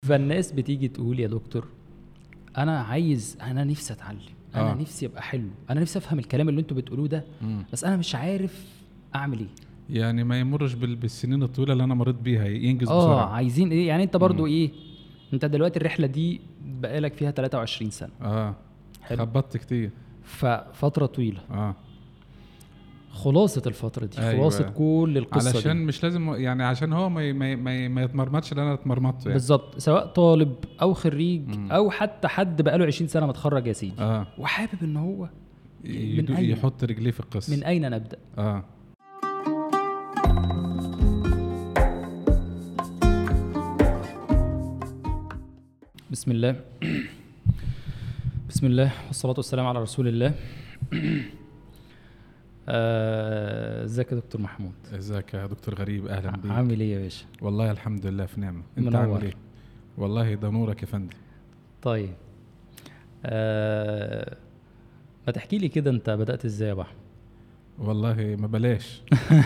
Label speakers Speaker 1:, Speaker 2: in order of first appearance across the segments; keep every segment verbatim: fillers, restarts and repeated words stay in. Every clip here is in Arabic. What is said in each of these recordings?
Speaker 1: فالناس بتيجي تقول يا دكتور انا عايز، انا نفسي اتعلم، انا
Speaker 2: آه.
Speaker 1: نفسي ابقى حلو، انا نفسي افهم الكلام اللي انتوا بتقولوه ده،
Speaker 2: مم.
Speaker 1: بس انا مش عارف اعمل ايه.
Speaker 2: يعني ما يمرش بال- بالسنين الطويله اللي انا مريت بيها، ينجز
Speaker 1: اه
Speaker 2: بسرعه.
Speaker 1: عايزين ايه يعني؟ انت برضو
Speaker 2: مم.
Speaker 1: ايه، انت دلوقتي الرحله دي بقالك فيها ثلاثة وعشرين سنه.
Speaker 2: اه
Speaker 1: حلو.
Speaker 2: خبطت كتير.
Speaker 1: ففتره طويله.
Speaker 2: اه
Speaker 1: خلاصة الفترة دي،
Speaker 2: أيوة.
Speaker 1: خلاصة كل القصة
Speaker 2: علشان
Speaker 1: دي
Speaker 2: مش لازم يعني، عشان هو ما ما ما, ما يتمرمطش اللي انا اتمرمطته يعني.
Speaker 1: بالظبط، سواء طالب او خريج
Speaker 2: مم.
Speaker 1: او حتى حد بقاله عشرين سنة متخرج يا سيدي،
Speaker 2: اه
Speaker 1: وحابب ان هو من
Speaker 2: يدو
Speaker 1: أين؟
Speaker 2: يحط رجليه في القصه.
Speaker 1: من اين نبدأ؟
Speaker 2: اه
Speaker 1: بسم الله بسم الله والصلاة والسلام على رسول الله. ازيك يا دكتور محمود؟
Speaker 2: ازيك يا دكتور غريب؟ اهلا بيك.
Speaker 1: عامل ايه يا باشا؟
Speaker 2: والله الحمد لله في نعمه. انت
Speaker 1: منور.
Speaker 2: عامل ايه؟ والله ده نورك يا فندم.
Speaker 1: طيب آه ما تحكي لي كده انت بدأت ازاي يا بحر؟
Speaker 2: والله ما بلاش.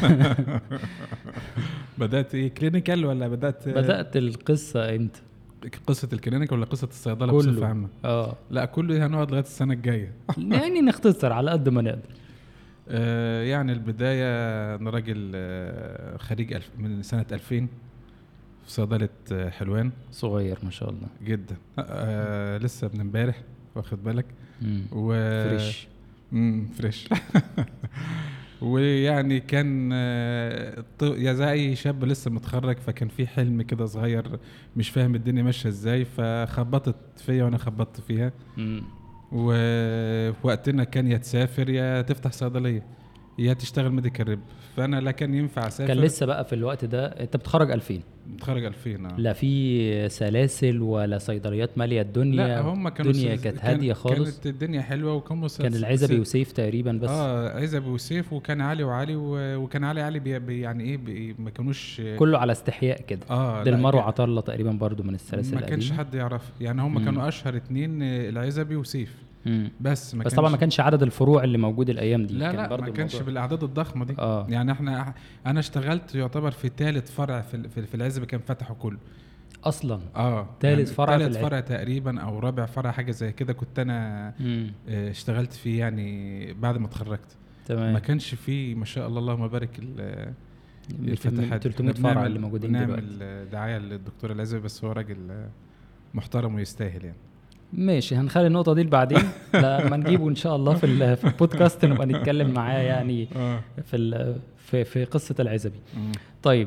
Speaker 2: بدأت ايه، كلينيكال ولا بدأت
Speaker 1: بدأت القصة امتى؟
Speaker 2: قصة الكلينيك ولا قصة الصيدلة
Speaker 1: كله
Speaker 2: بصفة عامة؟
Speaker 1: اه
Speaker 2: لا كله هنقعد لغاية السنة الجاية.
Speaker 1: يعني نختصر على قد ما نقدر.
Speaker 2: آه يعني البداية أنا راجل آه خريج الف من سنة ألفين في صيدلة آه حلوان.
Speaker 1: صغير ما شاء الله
Speaker 2: جدا. آه لسه من امبارح واخد بالك.
Speaker 1: مم.
Speaker 2: و
Speaker 1: فريش.
Speaker 2: امم فريش. ويعني كان آه، ط- يا زي اي شاب لسه متخرج، فكان في حلم كده صغير مش فاهم الدنيا ماشيه ازاي، فخبطت فيا وانا خبطت فيها.
Speaker 1: مم.
Speaker 2: وفي وقتنا كان يا تسافر يا تفتح صيدليه يا تشتغل ميديكال ريب، فانا لا كان ينفع اسافر.
Speaker 1: كان لسه بقى في الوقت ده انت بتخرج ألفين،
Speaker 2: متخرج ألفين. آه.
Speaker 1: لا في سلاسل ولا صيدليات ماليه الدنيا؟
Speaker 2: لا هم كانوا
Speaker 1: الدنيا
Speaker 2: س-
Speaker 1: كانت
Speaker 2: كان-
Speaker 1: هاديه خالص.
Speaker 2: كانت الدنيا حلوه وكانوا س-
Speaker 1: كان
Speaker 2: س-
Speaker 1: العزبي
Speaker 2: س-
Speaker 1: وسيف تقريبا بس.
Speaker 2: اه عزبي وسيف، وكان علي وعلي و- وكان علي علي بي بي يعني ايه بي ما كانوش
Speaker 1: كله على استحياء كده.
Speaker 2: اه
Speaker 1: دلمار
Speaker 2: لا
Speaker 1: وعطله تقريبا برضو من السلاسل
Speaker 2: ما كانش
Speaker 1: القديمة.
Speaker 2: حد يعرف يعني، هم
Speaker 1: مم.
Speaker 2: كانوا اشهر اتنين آه، العزبي وسيف.
Speaker 1: مم.
Speaker 2: بس ما
Speaker 1: بس
Speaker 2: كانش
Speaker 1: طبعا ما كانش عدد الفروع اللي موجود الايام دي.
Speaker 2: لا
Speaker 1: كان
Speaker 2: لا
Speaker 1: برضو
Speaker 2: ما كانش
Speaker 1: الموضوع.
Speaker 2: بالاعداد الضخمه دي.
Speaker 1: اه
Speaker 2: يعني احنا انا اشتغلت يعتبر في ثالث فرع في ال- في, في العزبي كان فتحه كله
Speaker 1: اصلا.
Speaker 2: اه
Speaker 1: تالت فرع في
Speaker 2: ثالث
Speaker 1: العزبي.
Speaker 2: فرع تقريبا او رابع فرع حاجه زي كده كنت انا
Speaker 1: مم.
Speaker 2: آه، اشتغلت فيه يعني بعد ما اتخرجت.
Speaker 1: تمام.
Speaker 2: ما كانش فيه ما شاء الله اللهم بارك ال-
Speaker 1: من
Speaker 2: الفتحات.
Speaker 1: ثلاثمية
Speaker 2: إحنا
Speaker 1: فرع
Speaker 2: بنعمل-
Speaker 1: اللي موجودين دلوقتي.
Speaker 2: بنعمل دعايه للدكتور العزبي، بس هو راجل آه، محترم ويستاهل يعني.
Speaker 1: ماشي، هنخلي النقطة دي بعدين لما نجيبه إن شاء الله في ال- في البودكاست نبقى نتكلم معاه يعني
Speaker 2: اه
Speaker 1: في ال- في في قصة العزبي.
Speaker 2: مم.
Speaker 1: طيب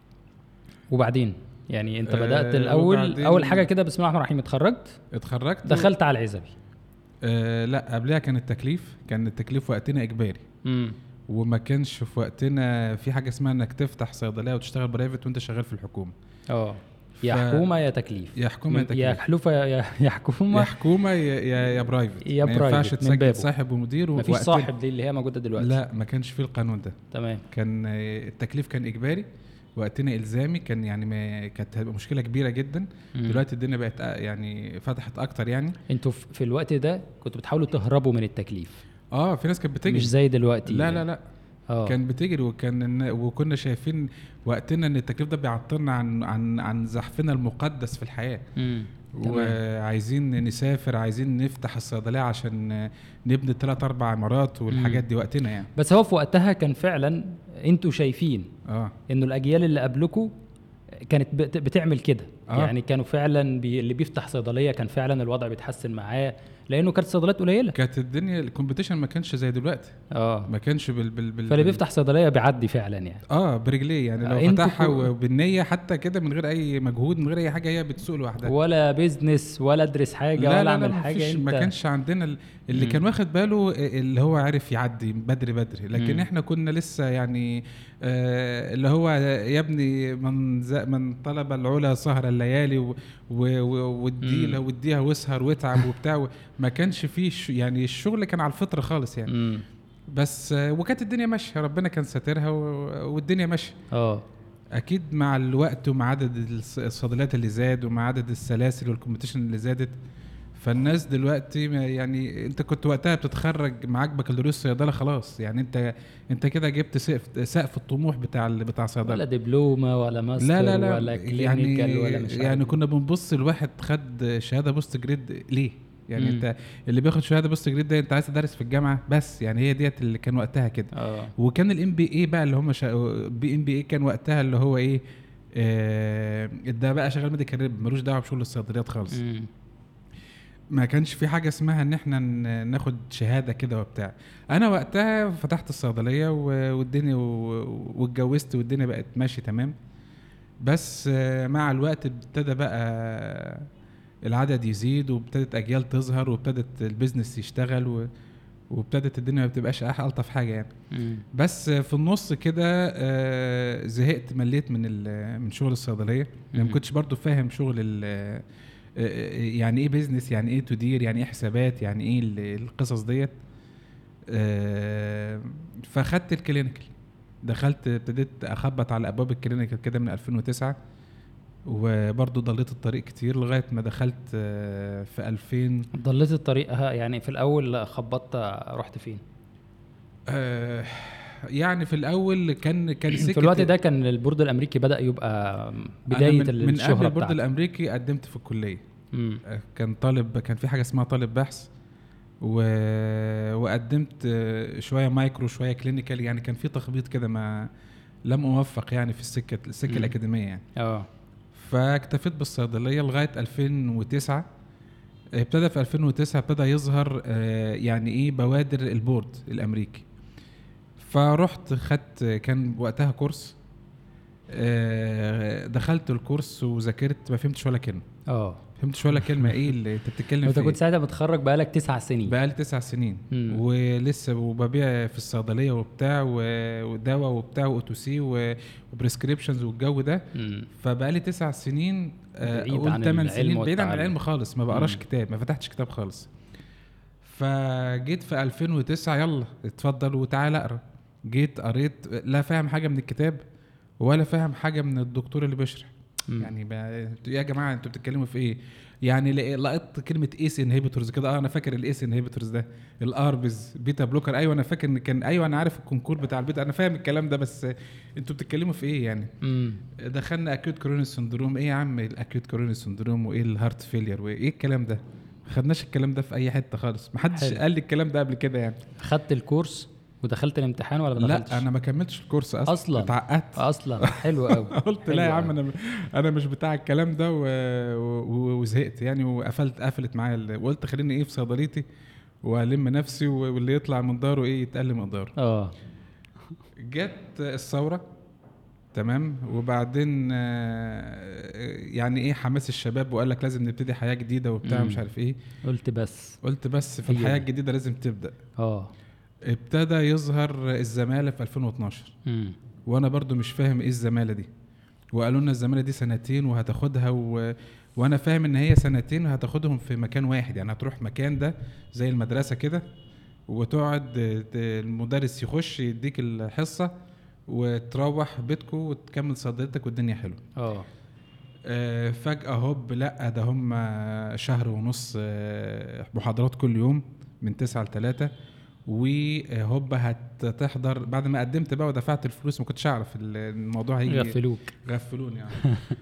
Speaker 1: وبعدين يعني أنت
Speaker 2: آه،
Speaker 1: بدأت الأول
Speaker 2: وبعدين-
Speaker 1: أول حاجة كده بسم الله الرحمن الرحيم اتخرجت
Speaker 2: اتخرجت.
Speaker 1: دخلت على العزبي.
Speaker 2: آه لا قبلها كان التكليف، كان التكليف وقتنا اجباري،
Speaker 1: امم
Speaker 2: وما كانش في وقتنا في حاجه اسمها انك تفتح صيدليه وتشتغل برايفت وانت شغال في الحكومه.
Speaker 1: اه يا
Speaker 2: ف-
Speaker 1: حكومة يا تكليف.
Speaker 2: يا حكومه يا
Speaker 1: يا
Speaker 2: تكليف،
Speaker 1: حلوفة يا يا
Speaker 2: يا
Speaker 1: حكومة.
Speaker 2: حكومه يا يا, يا برايفت.
Speaker 1: يا
Speaker 2: ما ينفعش
Speaker 1: برايفت من
Speaker 2: تسجل
Speaker 1: بابه.
Speaker 2: صاحب ومدير
Speaker 1: مفيش
Speaker 2: وقتنا-
Speaker 1: صاحب دي اللي هي موجودة دلوقتي.
Speaker 2: لا ما كانش فيه القانون ده.
Speaker 1: تمام.
Speaker 2: كان آه، التكليف كان اجباري، وقتنا الزامي. كان يعني ما كانت هتبقى مشكله كبيره جدا.
Speaker 1: مم.
Speaker 2: دلوقتي الدنيا بقت آه، يعني فتحت اكتر يعني.
Speaker 1: انتوا في في الوقت ده كنتوا بتحاولوا تهربوا من التكليف،
Speaker 2: اه في ناس كانت بتجري،
Speaker 1: مش زي دلوقتي.
Speaker 2: لا لا لا
Speaker 1: اه
Speaker 2: كان بتجري، وكان وكنا شايفين وقتنا ان التكليف ده بيعطلنا عن عن عن زحفنا المقدس في الحياه.
Speaker 1: امم تمام.
Speaker 2: وعايزين نسافر، عايزين نفتح الصيدليه عشان نبني ثلاث اربع عمارات والحاجات دي وقتنا يعني.
Speaker 1: بس هو في وقتها كان فعلا انتوا شايفين
Speaker 2: اه
Speaker 1: انه الاجيال اللي قبلكم كانت بت- بتعمل كده.
Speaker 2: آه.
Speaker 1: يعني كانوا فعلا بي اللي بيفتح صيدليه كان فعلا الوضع بيتحسن معاه، لانه كانت صيدليات قليله.
Speaker 2: كانت الدنيا الكومبيتيشن ما كانش زي دلوقتي،
Speaker 1: اه
Speaker 2: ما كانش بال بال, بال
Speaker 1: فاللي
Speaker 2: بال-
Speaker 1: بيفتح صيدليه بيعدي فعلا يعني.
Speaker 2: اه برجليه يعني. لو
Speaker 1: آه، انتوا
Speaker 2: فتحها
Speaker 1: كو-
Speaker 2: وبالنيه حتى كده من غير اي مجهود من غير اي حاجه هي بتسوق لوحدها.
Speaker 1: ولا بيزنس ولا ادرس حاجه
Speaker 2: لا
Speaker 1: ولا
Speaker 2: لا
Speaker 1: اعمل
Speaker 2: لا
Speaker 1: حاجه.
Speaker 2: مفيش،
Speaker 1: انت
Speaker 2: ما كانش عندنا ال- اللي
Speaker 1: مم.
Speaker 2: كان واخد باله اللي هو عارف يعدي بدري بدري، لكن
Speaker 1: مم.
Speaker 2: احنا كنا لسه يعني آه اللي هو يا ابني من ز- من طلب العلا سهر الليالي و- و- و- واديها
Speaker 1: مم.
Speaker 2: واديها واسهر واتعب وبتاع. ما كانش فيه ش- يعني الشغل كان على الفطره خالص يعني.
Speaker 1: امم
Speaker 2: بس آه وكانت الدنيا ماشيه، ربنا كان ساترها و- والدنيا ماشيه.
Speaker 1: اه
Speaker 2: اكيد مع الوقت ومع عدد الص- الصيدليات اللي زاد ومع عدد السلاسل والكومبيتيشن اللي زادت، فالناس دلوقتي ما- يعني انت كنت وقتها بتتخرج معاك بكالوريوس صيدله خلاص، يعني انت انت كده جبت سقف سقف الطموح بتاع ال- بتاع
Speaker 1: ولا
Speaker 2: صيدله.
Speaker 1: دبلومه ولا
Speaker 2: لا
Speaker 1: ماستر
Speaker 2: لا لا
Speaker 1: ولا
Speaker 2: يعني
Speaker 1: كلينيكال ولا مش عارف
Speaker 2: يعني
Speaker 1: إيه.
Speaker 2: كنا بنبص الواحد خد شهاده بوست جريد ليه؟ يعني
Speaker 1: مم.
Speaker 2: انت اللي بياخد شهاده بوست جريد ده انت عايز تدرس في الجامعه بس، يعني هي ديت اللي كان وقتها كده.
Speaker 1: اه
Speaker 2: وكان الام بي اي بقى اللي هم شا... بي ام بي اي كان وقتها اللي هو ايه، آه ده بقى شغال ميديكال ريب ملوش دعوه بشغل الصيدليات خالص.
Speaker 1: مم.
Speaker 2: ما كانش في حاجه اسمها ان احنا ن- ناخد شهاده كده وبتاع. انا وقتها فتحت الصيدليه و- والدنيا و- واتجوزت والدنيا بقت ماشي تمام. بس آه، مع الوقت ابتدى بقى العدد يزيد وابتدت اجيال تظهر وابتدت البيزنس يشتغل و... وابتدت الدنيا ما بتبقاش أح- الطف حاجه يعني.
Speaker 1: مم.
Speaker 2: بس في النص كده آه، زهقت مليت من ال- من شغل الصيدليه، لان ما
Speaker 1: مم.
Speaker 2: كنتش برضو فاهم شغل ال- آه، آه، يعني ايه بيزنس، يعني ايه تدير، يعني ايه حسابات، يعني ايه ال- القصص ديت. آه، فخدت الكلينيكال، دخلت ابتديت اخبط على ابواب الكلينيكال كده من ألفين وتسعة، وبرضو ضليت الطريق كتير لغايه ما دخلت آه، في ألفين.
Speaker 1: ضليت الطريق ها، يعني في الاول خبطت رحت فين؟
Speaker 2: آه، يعني في الاول كان كان
Speaker 1: في الوقت
Speaker 2: سكه.
Speaker 1: ده كان البورد الامريكي بدأ يبقى
Speaker 2: انا
Speaker 1: بداية
Speaker 2: من من قبل
Speaker 1: الشهرة
Speaker 2: البورد
Speaker 1: بتاعته.
Speaker 2: الامريكي قدمت في الكليه.
Speaker 1: مم.
Speaker 2: آه، كان طالب، كان في حاجه اسمها طالب بحث و... وقدمت آه، شويه مايكرو شويه كلينيكال، يعني كان في تخبيط كده ما لم اوفق يعني في السكه السكه
Speaker 1: مم.
Speaker 2: الاكاديميه يعني.
Speaker 1: اه
Speaker 2: فاكتفيت بالصيدليه لغايه ألفين وتسعة. ابتدى في ألفين وتسعة ابتدى يظهر آه، يعني ايه بوادر البورد الامريكي. فرحت خدت كان وقتها كورس، آه، دخلت الكورس وذاكرت ما فهمتش ولا كلمه.
Speaker 1: اه
Speaker 2: فهمتش ولا كلمه ايه اللي انت بتتكلم
Speaker 1: انت
Speaker 2: فيه.
Speaker 1: كنت ساعتها متخرج بقالك تسع سنين.
Speaker 2: بقالي تسع سنين
Speaker 1: مم.
Speaker 2: ولسه وببيع في الصيدليه وبتاع و- ودواء وبتاع واوتوسي وبريسكريبشنز والجو ده.
Speaker 1: مم.
Speaker 2: فبقالي تسع سنين آه،
Speaker 1: بعيد
Speaker 2: اقول
Speaker 1: عن
Speaker 2: ثمان
Speaker 1: العلم
Speaker 2: سنين بعيد عن
Speaker 1: والتعلم.
Speaker 2: العلم خالص، ما بقراش
Speaker 1: مم.
Speaker 2: كتاب، ما فتحتش كتاب خالص. فجيت في ألفين وتسعة يلا اتفضل وتعالى اقرا. جيت قريت لا فاهم حاجه من الكتاب ولا فاهم حاجه من الدكتور اللي بيشرح.
Speaker 1: مم.
Speaker 2: يعني بقى- يا جماعه انتوا بتتكلموا في ايه؟ يعني لق- لقيت كلمه ايس انهبيتورز كده، اه انا فاكر الايس انهبيتورز ده، الاربز بيتا بلوكر، ايوه انا فاكر ان كان، ايوه انا عارف الكونكور بتاع البيتا، انا فاهم الكلام ده، بس انتوا بتتكلموا في ايه يعني؟
Speaker 1: مم.
Speaker 2: دخلنا اكيوت كوروني سندروم، ايه يا عم الاكيوت كوروني سندروم وايه الهارت فيلير وايه الكلام ده؟ ما خدناش الكلام ده في اي حته خالص، ما حدش
Speaker 1: حلو.
Speaker 2: قال لي الكلام ده قبل كده يعني.
Speaker 1: خدت الكورس ودخلت الامتحان ولا ما دخلتش؟
Speaker 2: لا انا ما كملتش الكورس اصلا
Speaker 1: اصلا
Speaker 2: اتعقدت.
Speaker 1: اصلا حلو قوي.
Speaker 2: قلت لا يا عم انا انا مش بتاع الكلام ده و... و... وزهقت يعني، وقفلت قفلت معايا ال- وقلت خليني ايه في صيدليتي والم نفسي و- واللي يطلع من داره ايه يتقل مقداره.
Speaker 1: اه
Speaker 2: جت الثوره تمام، وبعدين آه، يعني ايه حماس الشباب وقال لك لازم نبتدي حياه جديده وبتاع
Speaker 1: مم.
Speaker 2: مش عارف ايه.
Speaker 1: قلت بس
Speaker 2: قلت بس في
Speaker 1: هي
Speaker 2: الحياه
Speaker 1: دي.
Speaker 2: الجديده لازم تبدا.
Speaker 1: اه
Speaker 2: ابتدى يظهر الزماله في ألفين واتناشر،
Speaker 1: مم.
Speaker 2: وانا برضو مش فاهم ايه الزماله دي، وقالوا لنا الزماله دي سنتين وهتاخدها و... وانا فاهم ان هي سنتين هتاخدهم في مكان واحد، يعني هتروح مكان ده زي المدرسه كده وتقعد ت- المدرس يخش يديك الحصه وتروح بيتكو وتكمل صيدلتك والدنيا حلوه.
Speaker 1: اه
Speaker 2: آه، فجاه هوب لا ده هم شهر ونص آه، محاضرات كل يوم من تسعة لتلاتة، وهوب هتحضر. بعد ما قدمت بقى ودفعت الفلوس ما كنتش اعرف الموضوع هيجي
Speaker 1: غفلوك.
Speaker 2: غفلوني يعني.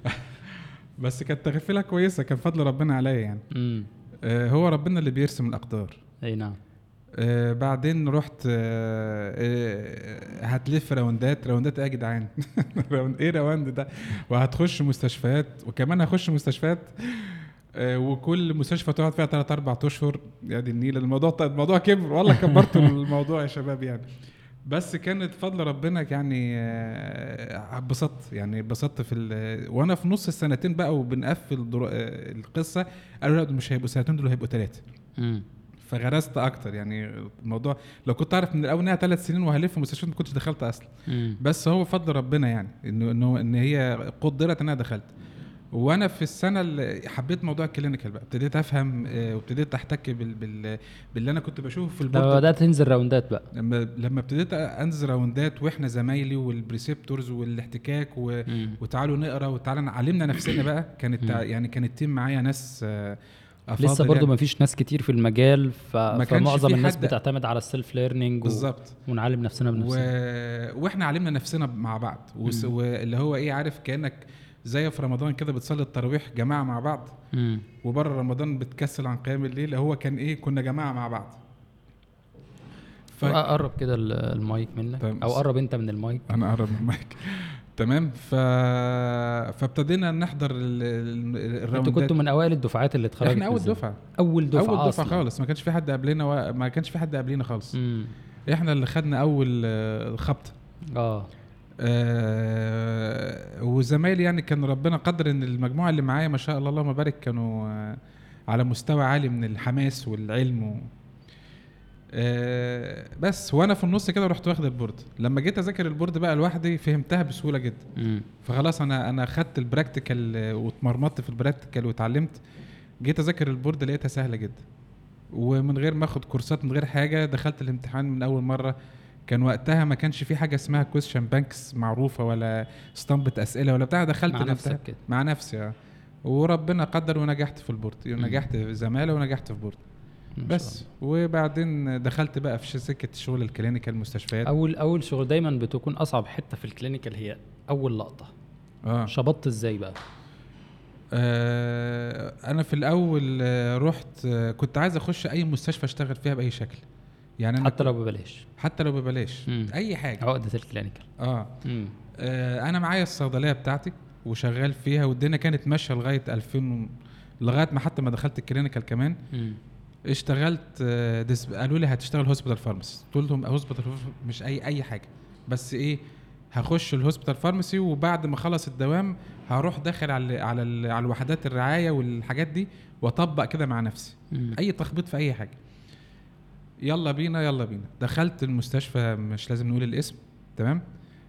Speaker 2: بس كانت تغفيله كويسه، كان فضل ربنا عليا يعني.
Speaker 1: امم
Speaker 2: آه، هو ربنا اللي بيرسم الاقدار.
Speaker 1: اي نعم.
Speaker 2: آه، بعدين رحت آه، آه، هتلف راوندات راوندات ايه يا جدعان؟ راوند ايه راوند ده؟ وهتخش مستشفيات وكمان هخش مستشفيات آه، وكل مستشفى تقعد فيها ثلاثة أربعة اشهر. يعني النيل الموضوع الموضوع كبر والله، كبرت الموضوع يا شباب يعني. بس كانت فضل ربنا يعني آه، اتبسطت يعني اتبسطت في ال- وانا في نص السنتين بقى وبنقفل در- آه، القصه قالوا لا دول مش هيبقوا سنتين، دول هيبقوا ثلاثه.
Speaker 1: امم
Speaker 2: فغرست اكتر يعني الموضوع. لو كنت اعرف من الاول انها ثلاث سنين وهلف مستشفيات ما كنتش دخلت اصلا.
Speaker 1: امم
Speaker 2: بس هو فضل ربنا يعني انه انه ان هي قدرت ان انا دخلت. وانا في السنه اللي حبيت موضوع الكلينيكال بقى ابتديت افهم آه، وابتديت احتك بال بال باللي انا كنت بشوفه في
Speaker 1: لما
Speaker 2: البورد.
Speaker 1: بدات تنزل راوندات بقى.
Speaker 2: لما لما ابتديت انزل راوندات واحنا زمايلي والبريسبتورز والاحتكاك و...
Speaker 1: مم.
Speaker 2: وتعالوا نقرا وتعالى علمنا نفسنا بقى. كانت
Speaker 1: مم.
Speaker 2: يعني كان التيم معايا ناس آه،
Speaker 1: لسه برضو
Speaker 2: يعني.
Speaker 1: ما فيش ناس كتير في المجال ف...
Speaker 2: ما كانش
Speaker 1: فمعظم
Speaker 2: في
Speaker 1: الناس
Speaker 2: حد-
Speaker 1: بتعتمد على السيلف ليرنينج و...
Speaker 2: بالظبط.
Speaker 1: ونعلم نفسنا
Speaker 2: و...
Speaker 1: بنفسنا.
Speaker 2: واحنا علمنا نفسنا مع بعض وس...
Speaker 1: مم.
Speaker 2: واللي هو ايه، عارف كانك زي في رمضان كده بتصلي التراويح جماعه مع بعض،
Speaker 1: مم.
Speaker 2: وبره رمضان بتكسل عن قيام الليل. هو كان ايه، كنا جماعه مع بعض. ف...
Speaker 1: قرب كده ال- المايك منك
Speaker 2: طيب.
Speaker 1: او قرب انت من المايك.
Speaker 2: انا اقرب من المايك. تمام. ف... فابتدينا نحضر ال- ال- الراوندات.
Speaker 1: انتوا كنتوا من اوائل الدفعات اللي اتخرجت
Speaker 2: احنا
Speaker 1: من
Speaker 2: اول
Speaker 1: الزمن.
Speaker 2: دفعه
Speaker 1: اول دفعه
Speaker 2: اول دفعه
Speaker 1: أصلاً.
Speaker 2: خالص، ما كانش في حد قبلنا و... ما كانش في حد قبلنا خالص.
Speaker 1: مم.
Speaker 2: احنا اللي خدنا اول آه، خبطه.
Speaker 1: اه
Speaker 2: آه وزمايلي يعني كان ربنا قدر ان المجموعه اللي معايا ما شاء الله اللهم بارك كانوا آه على مستوى عالي من الحماس والعلم و آه بس وانا في النص كده رحت واخد البورد. لما جيت اذاكر البورد بقى لوحدي فهمتها بسهوله جدا.
Speaker 1: مم.
Speaker 2: فخلاص انا انا خدت البراكتيكال آه، واتمرمطت في البراكتيكال واتعلمت. جيت اذاكر البورد لقيتها سهله جدا، ومن غير ما اخد كورسات من غير حاجه دخلت الامتحان من اول مره. كان وقتها ما كانش في حاجه اسمها كويشن بانكس معروفه ولا اسطمبه اسئله ولا بتاع. دخلت
Speaker 1: مع
Speaker 2: الامتحان
Speaker 1: نفسك كده.
Speaker 2: مع نفسي آه. وربنا قدر ونجحت في البورد، نجحت في زماله ونجحت في بورد
Speaker 1: ما شاء
Speaker 2: بس. وبعدين دخلت بقى في سكه شغل الكلينيكال المستشفيات.
Speaker 1: اول اول شغل دايما بتكون اصعب حته في الكلينيكال هي اول لقطه.
Speaker 2: اه
Speaker 1: شبطت ازاي بقى؟
Speaker 2: آه، انا في الاول آه، رحت آه، كنت عايز اخش اي مستشفى اشتغل فيها باي شكل. يعني أنا
Speaker 1: حتى
Speaker 2: كنت-
Speaker 1: لو ببلاش.
Speaker 2: حتى لو ببلاش
Speaker 1: مم.
Speaker 2: اي حاجه.
Speaker 1: عقده الكلينيكال.
Speaker 2: اه
Speaker 1: مم.
Speaker 2: آه، انا معايا الصيدليه بتاعتي وشغال فيها، والدنيا كانت ماشيه لغايه ألفين و- لغايه ما حتى ما دخلت الكلينيكال كمان.
Speaker 1: مم.
Speaker 2: اشتغلت آه، ديس- قالوا لي هتشتغل هوسبيتال فارماسي. قلت لهم هوسبيتال مش اي اي حاجه، بس ايه، هخش الهوسبيتال فارماسي وبعد ما اخلص الدوام هروح داخل على على ال- على الوحدات الرعايه والحاجات دي واطبق كده مع نفسي.
Speaker 1: مم.
Speaker 2: اي تخبيط في اي حاجه. يلا بينا يلا بينا دخلت المستشفى، مش لازم نقول الاسم. تمام.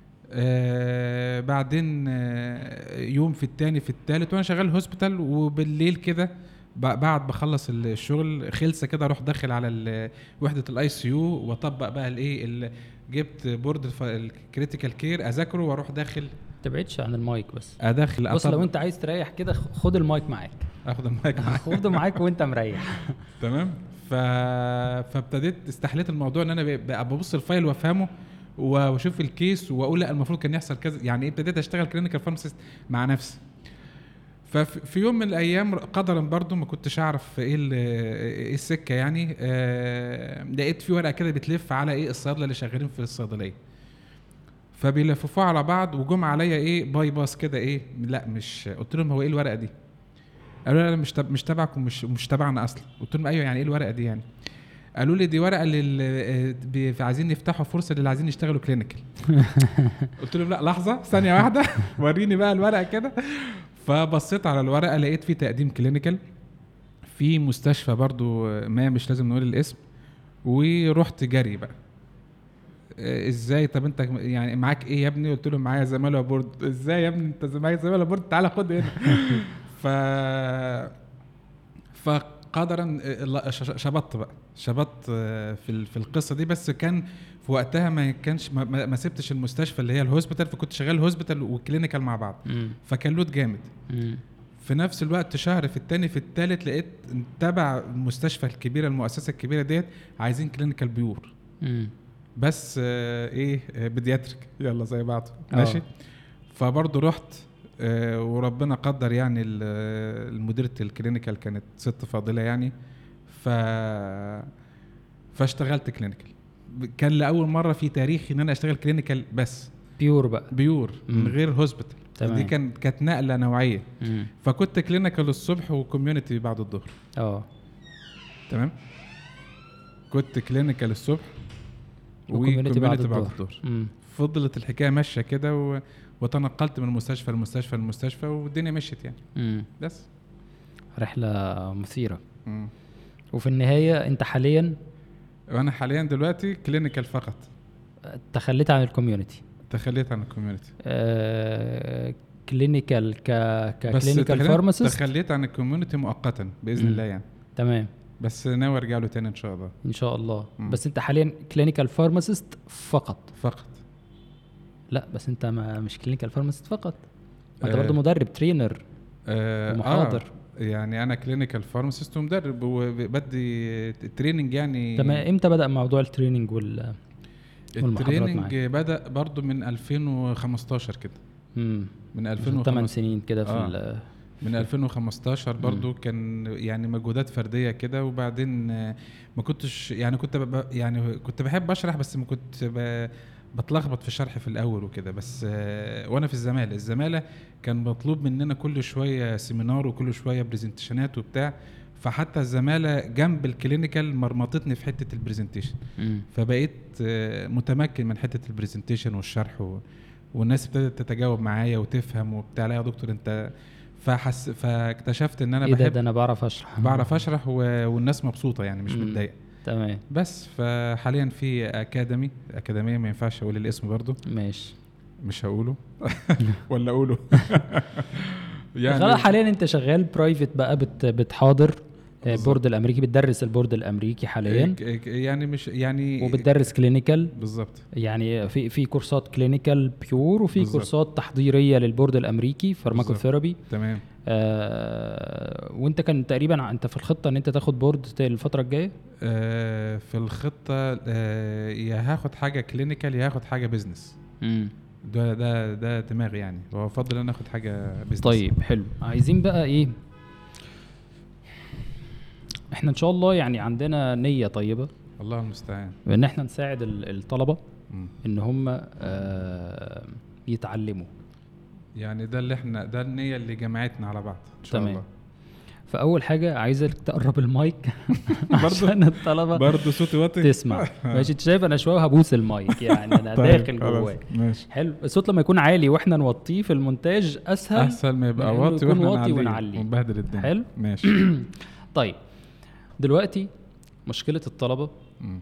Speaker 2: آه بعدين آه يوم في التاني في التالت وانا شغال هوسبيتال، وبالليل كده ب- بعد بخلص الشغل خلصه كده اروح داخل على ال- وحده الاي سي يو واطبق بقى الايه ال- جبت بورد الكريتيكال كير اذاكره واروح داخل
Speaker 1: تبعدش عن المايك بس.
Speaker 2: ادخل
Speaker 1: بص لو
Speaker 2: أطبق.
Speaker 1: انت عايز تريح كده خ- خد المايك معاك.
Speaker 2: اخد المايك معايا.
Speaker 1: خده معاك وانت مريح.
Speaker 2: تمام. ف... فابتديت استحليت الموضوع ان انا ب- بقى ببص الفايل وافهمه و- واشوف الكيس واقول لا المفروض كان يحصل كذا. يعني ايه، ابتديت اشتغل كلينيكال فارماسيست مع نفسي. ففي يوم من الايام قدرا برضو ما كنتش اعرف ايه ال- ايه السكه يعني. آه لقيت في ورقه كده بتلف على ايه الصيادله اللي شغالين في الصيدليه، فبيلففوها على بعض وجم عليا ايه باي باس كده ايه. لا مش، قلت لهم هو ايه الورقه دي؟ قالوا لي لا مش تب... مش تبعكم، مش مش تبعنا اصلا. قلت لهم ايوه، يعني ايه الورقه دي يعني؟ قالوا لي دي ورقه اللي عايزين يفتحوا فرصه للي عايزين يشتغلوا كلينيكال. قلت لهم لا لحظه ثانيه واحده وريني بقى الورقه كده. فبصيت على الورقه لقيت في تقديم كلينيكال في مستشفى برضو ما مش لازم نقول الاسم، ورحت جري بقى. آه، ازاي؟ طب انت يعني معاك ايه يا ابني؟ قلت له معايا زماله بورد. ازاي يا ابني انت معاك زماله بورد؟ تعالى خد هنا. ف فقدرا آه، ش- ش- شبطت بقى شبطت آه، في ال- في القصه دي. بس كان في وقتها ما كانش ما, ما ما سبتش المستشفى اللي هي الهوسبيتال، فكنت شغال هوسبيتال وكلينيكال مع بعض.
Speaker 1: مم.
Speaker 2: فكان لود جامد.
Speaker 1: مم.
Speaker 2: في نفس الوقت شهر في التاني في التالت لقيت تبع المستشفى الكبيره المؤسسه الكبيره ديت عايزين كلينيكال بيور،
Speaker 1: مم.
Speaker 2: بس آه ايه آه بدياتريك يلا زي بعض
Speaker 1: آه.
Speaker 2: ماشي. فبرضه رحت آه وربنا قدر يعني ال- آه، المديرة الكلينيكال كانت ست فاضله يعني. ف فاشتغلت كلينيكال. كان لاول مره في تاريخي ان انا اشتغل كلينيكال بس
Speaker 1: بيور بقى.
Speaker 2: بيور من
Speaker 1: مم.
Speaker 2: غير هوسبيتال.
Speaker 1: تمام.
Speaker 2: دي كان كانت نقله نوعيه.
Speaker 1: مم.
Speaker 2: فكنت كلينيكال الصبح وكوميونتي بعد الظهر.
Speaker 1: اه
Speaker 2: تمام. كنت كلينيكال الصبح
Speaker 1: وكوميونتي بعد
Speaker 2: وكوميونتي بعد
Speaker 1: الظهر.
Speaker 2: الظهر.
Speaker 1: مم.
Speaker 2: فضلت الحكايه ماشيه كده و... وتنقلت من مستشفى لمستشفى لمستشفى والدنيا مشيت يعني.
Speaker 1: مم.
Speaker 2: بس
Speaker 1: رحله مثيره.
Speaker 2: مم.
Speaker 1: وفي النهايه انت حاليا
Speaker 2: وانا حاليا دلوقتي كلينيكال فقط.
Speaker 1: تخليت عن الكوميونتي.
Speaker 2: تخليت عن الكوميونتي.
Speaker 1: آه كلينيكال ك
Speaker 2: بس
Speaker 1: ككلينيكال
Speaker 2: تخليت-
Speaker 1: فارماسيست.
Speaker 2: تخليت عن الكوميونتي مؤقتا باذن
Speaker 1: مم.
Speaker 2: الله يعني.
Speaker 1: تمام
Speaker 2: بس ناوي ارجع له تاني ان شاء الله.
Speaker 1: ان شاء الله.
Speaker 2: مم.
Speaker 1: بس انت حاليا كلينيكال فارماسيست فقط.
Speaker 2: فقط.
Speaker 1: لا بس انت ما مش كلينيكال فارماسيست فقط، انت
Speaker 2: آه.
Speaker 1: برضه مدرب ترينر
Speaker 2: آه
Speaker 1: ومحاضر.
Speaker 2: يعني انا كلينيكال فارماسيست ومدرب وبدي تريننج يعني.
Speaker 1: تمام. امتى بدأ موضوع التريننج وال والمحاضرات
Speaker 2: التريننج
Speaker 1: معاك؟
Speaker 2: بدأ برضو من ألفين وخمستاشر كده.
Speaker 1: امم
Speaker 2: من ألفين وخمستاشر
Speaker 1: ثمان سنين كده في
Speaker 2: آه.
Speaker 1: ال
Speaker 2: من ألفين وخمستاشر برضو كان يعني مجهودات فرديه كده. وبعدين آه، ما كنتش يعني كنت ب... يعني كنت بحب اشرح بس ما كنت ب... بتلخبط في الشرح في الاول وكده. بس آه، وانا في الزماله الزماله كان مطلوب مننا كل شويه سيمينار وكل شويه برزنتيشنات وبتاع. فحتى الزماله جنب الكلينيكال مرمطتني في حته البرزنتيشن.
Speaker 1: مم.
Speaker 2: فبقيت آه، متمكن من حته البرزنتيشن والشرح و... والناس ابتدت تتجاوب معايا وتفهم وبتاع. لا يا دكتور انت فحس فاكتشفت ان انا
Speaker 1: ايه ده
Speaker 2: بحب
Speaker 1: ده انا بعرف اشرح.
Speaker 2: بعرف اشرح و... والناس مبسوطه يعني مش
Speaker 1: مم.
Speaker 2: متضايقه.
Speaker 1: تمام.
Speaker 2: بس فحاليا في اكاديمي اكاديميه ما ينفعش اقول الاسم برضو
Speaker 1: ماشي.
Speaker 2: مش هقوله ولا اقوله
Speaker 1: يعني
Speaker 2: يعني
Speaker 1: حاليا انت شغال برايفت بقى بت بتحاضر
Speaker 2: بالظبط.
Speaker 1: بورد الامريكي، بتدرس البورد الامريكي حاليا
Speaker 2: ك- ك- يعني مش يعني
Speaker 1: وبتدرس كلينيكال.
Speaker 2: بالظبط.
Speaker 1: يعني في في كورسات كلينيكال بيور وفي
Speaker 2: بالظبط.
Speaker 1: كورسات تحضيريه للبورد الامريكي فارماكوثيرابي.
Speaker 2: تمام.
Speaker 1: آه وانت كان تقريبا انت في الخطه ان انت تاخد بورد الفتره الجايه؟
Speaker 2: آه في الخطه آه يا هاخد حاجه كلينيكال يا هاخد حاجه بيزنس.
Speaker 1: امم
Speaker 2: ده ده ده دماغي يعني. هو افضل ان اخد حاجه بيزنس.
Speaker 1: طيب حلو. عايزين بقى ايه، احنا ان شاء الله يعني عندنا نيه طيبه
Speaker 2: الله المستعان.
Speaker 1: ان احنا نساعد ال- الطلبه
Speaker 2: مم.
Speaker 1: ان هم آه يتعلموا.
Speaker 2: يعني ده اللي احنا ده النية اللي جمعتنا على بعض ان شاء
Speaker 1: تمام.
Speaker 2: الله.
Speaker 1: فاول حاجه عايزك تقرب المايك عشان الطلبه
Speaker 2: برضه صوتي واطي
Speaker 1: تسمع. ماشي. انت شايف انا شويه هبوس المايك يعني انا
Speaker 2: طيب
Speaker 1: داخل
Speaker 2: خلاص،
Speaker 1: جواه.
Speaker 2: ماشي.
Speaker 1: حلو. الصوت لما يكون عالي واحنا نوطيه في المونتاج اسهل
Speaker 2: احسن ما يبقى
Speaker 1: من إنه
Speaker 2: واطي
Speaker 1: يكون
Speaker 2: واحنا
Speaker 1: واطي
Speaker 2: نعليه
Speaker 1: ونعليه.
Speaker 2: ونبهدل الدنيا.
Speaker 1: حلو.
Speaker 2: ماشي.
Speaker 1: طيب دلوقتي مشكله الطلبه
Speaker 2: مم.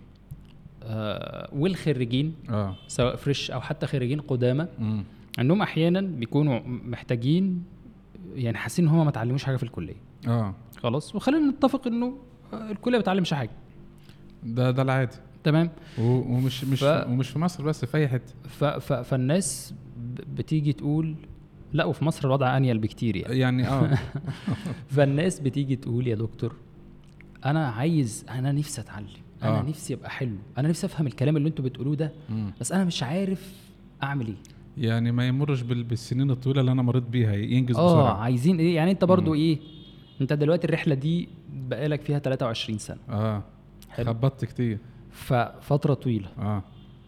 Speaker 1: آه والخريجين
Speaker 2: اه
Speaker 1: سواء فريش او حتى خريجين قدامى
Speaker 2: مم.
Speaker 1: انهم احيانا بيكونوا محتاجين، يعني حاسين ان هم ما اتعلموش حاجه في الكليه.
Speaker 2: اه
Speaker 1: خلاص. وخلينا نتفق انه آه، الكليه ما بتعلمش حاجه.
Speaker 2: ده ده العادي.
Speaker 1: تمام.
Speaker 2: و- ومش مش
Speaker 1: ف-
Speaker 2: ومش في مصر بس في اي حته.
Speaker 1: ف ف فالناس ب- بتيجي تقول لا، وفي مصر الوضع انيل بكتير يعني.
Speaker 2: يعني اه
Speaker 1: فالناس بتيجي تقول يا دكتور انا عايز، انا نفسي اتعلم، انا
Speaker 2: آه.
Speaker 1: نفسي ابقى حلو، انا نفسي افهم الكلام اللي انتوا بتقولوه ده،
Speaker 2: مم.
Speaker 1: بس انا مش عارف اعمل ايه.
Speaker 2: يعني ما يمرش بال- بالسنين الطويله اللي انا مريت بيها ينجز
Speaker 1: اه
Speaker 2: بسرعه.
Speaker 1: عايزين ايه يعني؟ انت برضو
Speaker 2: مم.
Speaker 1: ايه، انت دلوقتي الرحله دي بقالك فيها ثلاثة وعشرين سنه.
Speaker 2: اه
Speaker 1: حلو.
Speaker 2: خبطت كتير.
Speaker 1: ففتره طويله.
Speaker 2: اه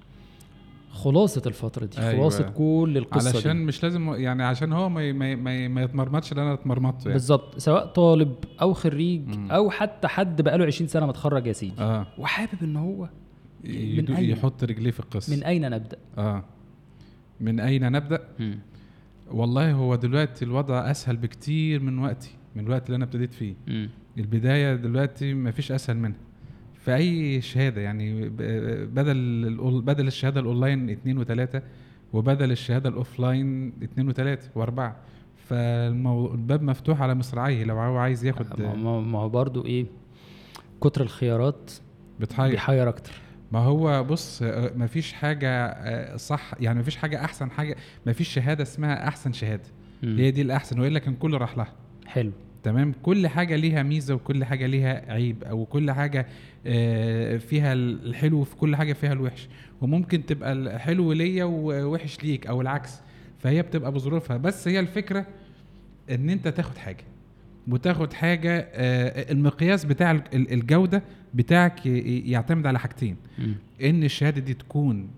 Speaker 1: خلاصة الفترة دي،
Speaker 2: أيوة.
Speaker 1: خلاصة كل القصة
Speaker 2: علشان
Speaker 1: دي.
Speaker 2: مش لازم يعني عشان هو ما ما ما, ما يتمرمطش اللي انا اتمرمطته يعني.
Speaker 1: بالظبط. سواء طالب او خريج
Speaker 2: مم.
Speaker 1: او حتى حد بقاله عشرين سنة متخرج يا سيدي
Speaker 2: اه
Speaker 1: وحابب ان هو من
Speaker 2: يدو-
Speaker 1: أين؟
Speaker 2: يحط رجليه في القصه.
Speaker 1: من اين نبدأ؟
Speaker 2: اه من اين نبدا؟
Speaker 1: مم.
Speaker 2: والله هو دلوقتي الوضع اسهل بكتير من وقتي من الوقت اللي انا ابتديت فيه.
Speaker 1: مم.
Speaker 2: البدايه دلوقتي ما فيش اسهل منها في اي شهاده يعني. ب- بدل الأول- بدل الشهاده الاونلاين اتنين وتلاته وبدل الشهاده الاوفلاين اتنين وتلاته واربعه. فالباب مفتوح على مصراعيه لو هو عايز ياخد.
Speaker 1: ما- ما ما هو برضو ايه، كتر الخيارات
Speaker 2: بتحير.
Speaker 1: بيحير اكتر.
Speaker 2: ما هو بص آه، مفيش حاجة آه، صح يعني. مفيش حاجة أحسن حاجة. مفيش شهادة اسمها أحسن شهادة.
Speaker 1: مم.
Speaker 2: هي دي الأحسن وإلا كان كله راح لها.
Speaker 1: حلو.
Speaker 2: تمام. كل حاجة ليها ميزة وكل حاجة ليها عيب أو كل حاجة آه، فيها الحلو وفي كل حاجة فيها الوحش. وممكن تبقى الحلو ليا ووحش ليك أو العكس. فهي بتبقى بظروفها. بس هي الفكرة إن أنت تاخد حاجة وتاخد حاجة آه، المقياس بتاع ال- الجودة بتاعك ي- يعتمد على حاجتين.
Speaker 1: مم.
Speaker 2: ان الشهاده دي تكون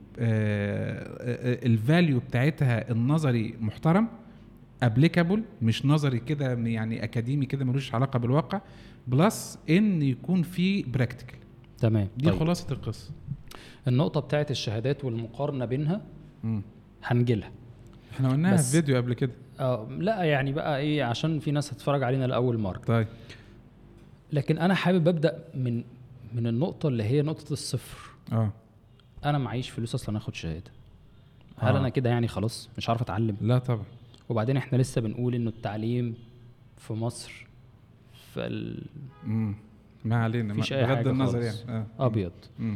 Speaker 2: الفاليو بتاعتها النظري محترم ابليكابل مش نظري كده يعني اكاديمي كده ملوش علاقه بالواقع. بلس ان يكون في براكتيكال.
Speaker 1: تمام.
Speaker 2: دي
Speaker 1: طيب.
Speaker 2: خلاصه القصه.
Speaker 1: النقطة بتاعت الشهادات والمقارنة بينها
Speaker 2: مم.
Speaker 1: هنجيلها.
Speaker 2: احنا قلناها
Speaker 1: بس-
Speaker 2: في فيديو قبل كده.
Speaker 1: آه لا يعني بقى ايه، عشان في ناس هتتفرج علينا لأول مرة.
Speaker 2: طيب
Speaker 1: لكن انا حابب ابدا من من النقطه اللي هي نقطه الصفر.
Speaker 2: اه
Speaker 1: انا معيش فلوس اصلا اخد شهاده. هل
Speaker 2: آه.
Speaker 1: انا كده يعني خلاص مش عارف اتعلم؟
Speaker 2: لا طبعا.
Speaker 1: وبعدين احنا لسه بنقول انه التعليم في مصر فال...
Speaker 2: مم. ما علينا
Speaker 1: مفيش
Speaker 2: ما-
Speaker 1: أي
Speaker 2: بغض
Speaker 1: حاجة
Speaker 2: النظر
Speaker 1: خالص.
Speaker 2: يعني اه
Speaker 1: ابيض.
Speaker 2: مم.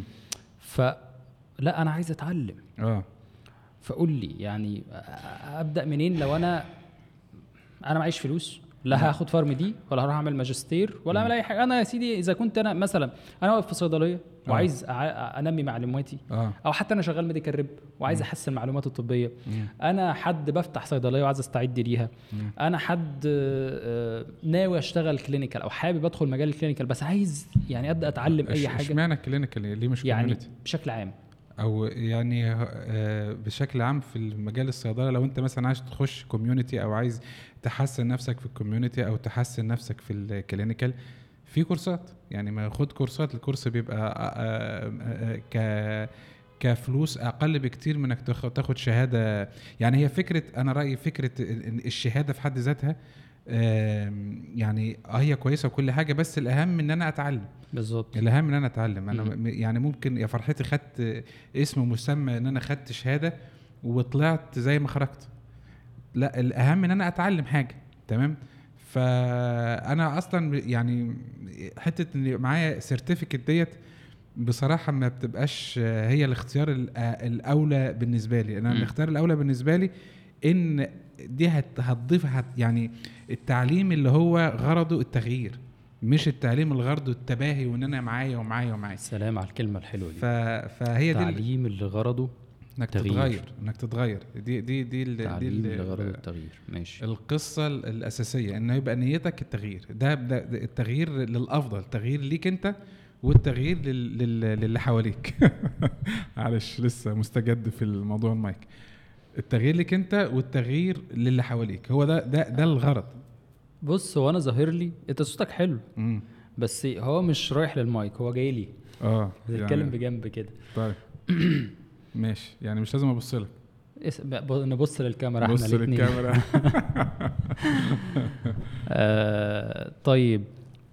Speaker 1: فلا انا عايز اتعلم.
Speaker 2: اه
Speaker 1: فقول لي يعني أ- ابدا منين لو انا انا معيش فلوس لا هاخد فارم دي ولا هروح اعمل ماجستير ولا اعمل اي حاجه. انا يا سيدي اذا كنت انا مثلا انا واقف في صيدليه وعايز أ- انمي معلوماتي
Speaker 2: اه
Speaker 1: او حتى انا شغال ميديكال ريب وعايز احسن المعلومات الطبيه،
Speaker 2: مم.
Speaker 1: انا حد بفتح صيدليه وعايز استعد ليها،
Speaker 2: مم.
Speaker 1: انا حد آه، ناوي اشتغل كلينيكال او حابب ادخل مجال الكلينيكال بس عايز يعني ابدا اتعلم اي
Speaker 2: إش-
Speaker 1: حاجه
Speaker 2: اشمعنى كلينيكال ليه مش
Speaker 1: يعني
Speaker 2: كوميونتي؟
Speaker 1: بشكل عام.
Speaker 2: او يعني آه، بشكل عام في المجال الصيدله، لو انت مثلا عايز تخش كوميونتي او عايز تحسن نفسك في الكوميونتي او تحسن نفسك في الكلينيكال، في كورسات يعني ما خد كورسات. الكورس بيبقى آه، آه، ك كفلوس اقل بكتير من انك تاخد تاخد شهاده. يعني هي فكره، انا رايي فكره إن الشهاده في حد ذاتها آم، يعني آه هي كويسه وكل حاجه، بس الاهم ان انا اتعلم.
Speaker 1: بالظبط.
Speaker 2: الاهم ان انا اتعلم. انا
Speaker 1: مم.
Speaker 2: م- يعني ممكن يا فرحتي خدت اسم مسمى ان انا خدت شهاده وطلعت زي ما خرجت. لا، الاهم ان انا اتعلم حاجه. تمام. فانا اصلا يعني حته ان معايا سيرتيفيكت ديت بصراحه ما بتبقاش هي الاختيار الأ- الاولى بالنسبه لي. انا
Speaker 1: مم.
Speaker 2: الاختيار الاولى بالنسبه لي ان دي هت- هتضيف هت يعني التعليم اللي هو غرضه التغيير، مش التعليم اللي غرضه التباهي وان انا معايا ومعايا ومعايا.
Speaker 1: سلام على الكلمه الحلوه دي.
Speaker 2: ف... فهي دي ال-
Speaker 1: تعليم اللي غرضه
Speaker 2: انك
Speaker 1: تغيير.
Speaker 2: تتغير انك تتغير دي دي دي ال- دي
Speaker 1: تعليم
Speaker 2: ال-
Speaker 1: اللي غرضه التغيير. ماشي.
Speaker 2: القصه ال- الاساسيه انه يبقى نيتك التغيير. ده, ده, ده التغيير للافضل، التغيير ليك انت والتغيير لل... لل... للي حواليك. معلش لسه مستجد في الموضوع المايك. التغيير ليك انت والتغيير للي حواليك، هو ده ده ده الغرض.
Speaker 1: بص هو انا ظاهر لي انت صوتك حلو
Speaker 2: امم
Speaker 1: بس هو مش رايح للمايك، هو جاي لي
Speaker 2: اه
Speaker 1: بيتكلم
Speaker 2: يعني
Speaker 1: بجنب كده.
Speaker 2: طيب ماشي، يعني مش لازم ابص لك.
Speaker 1: اس- ب- نبص للكاميرا احنا
Speaker 2: بص
Speaker 1: الاثنين.
Speaker 2: للكاميرا.
Speaker 1: آه طيب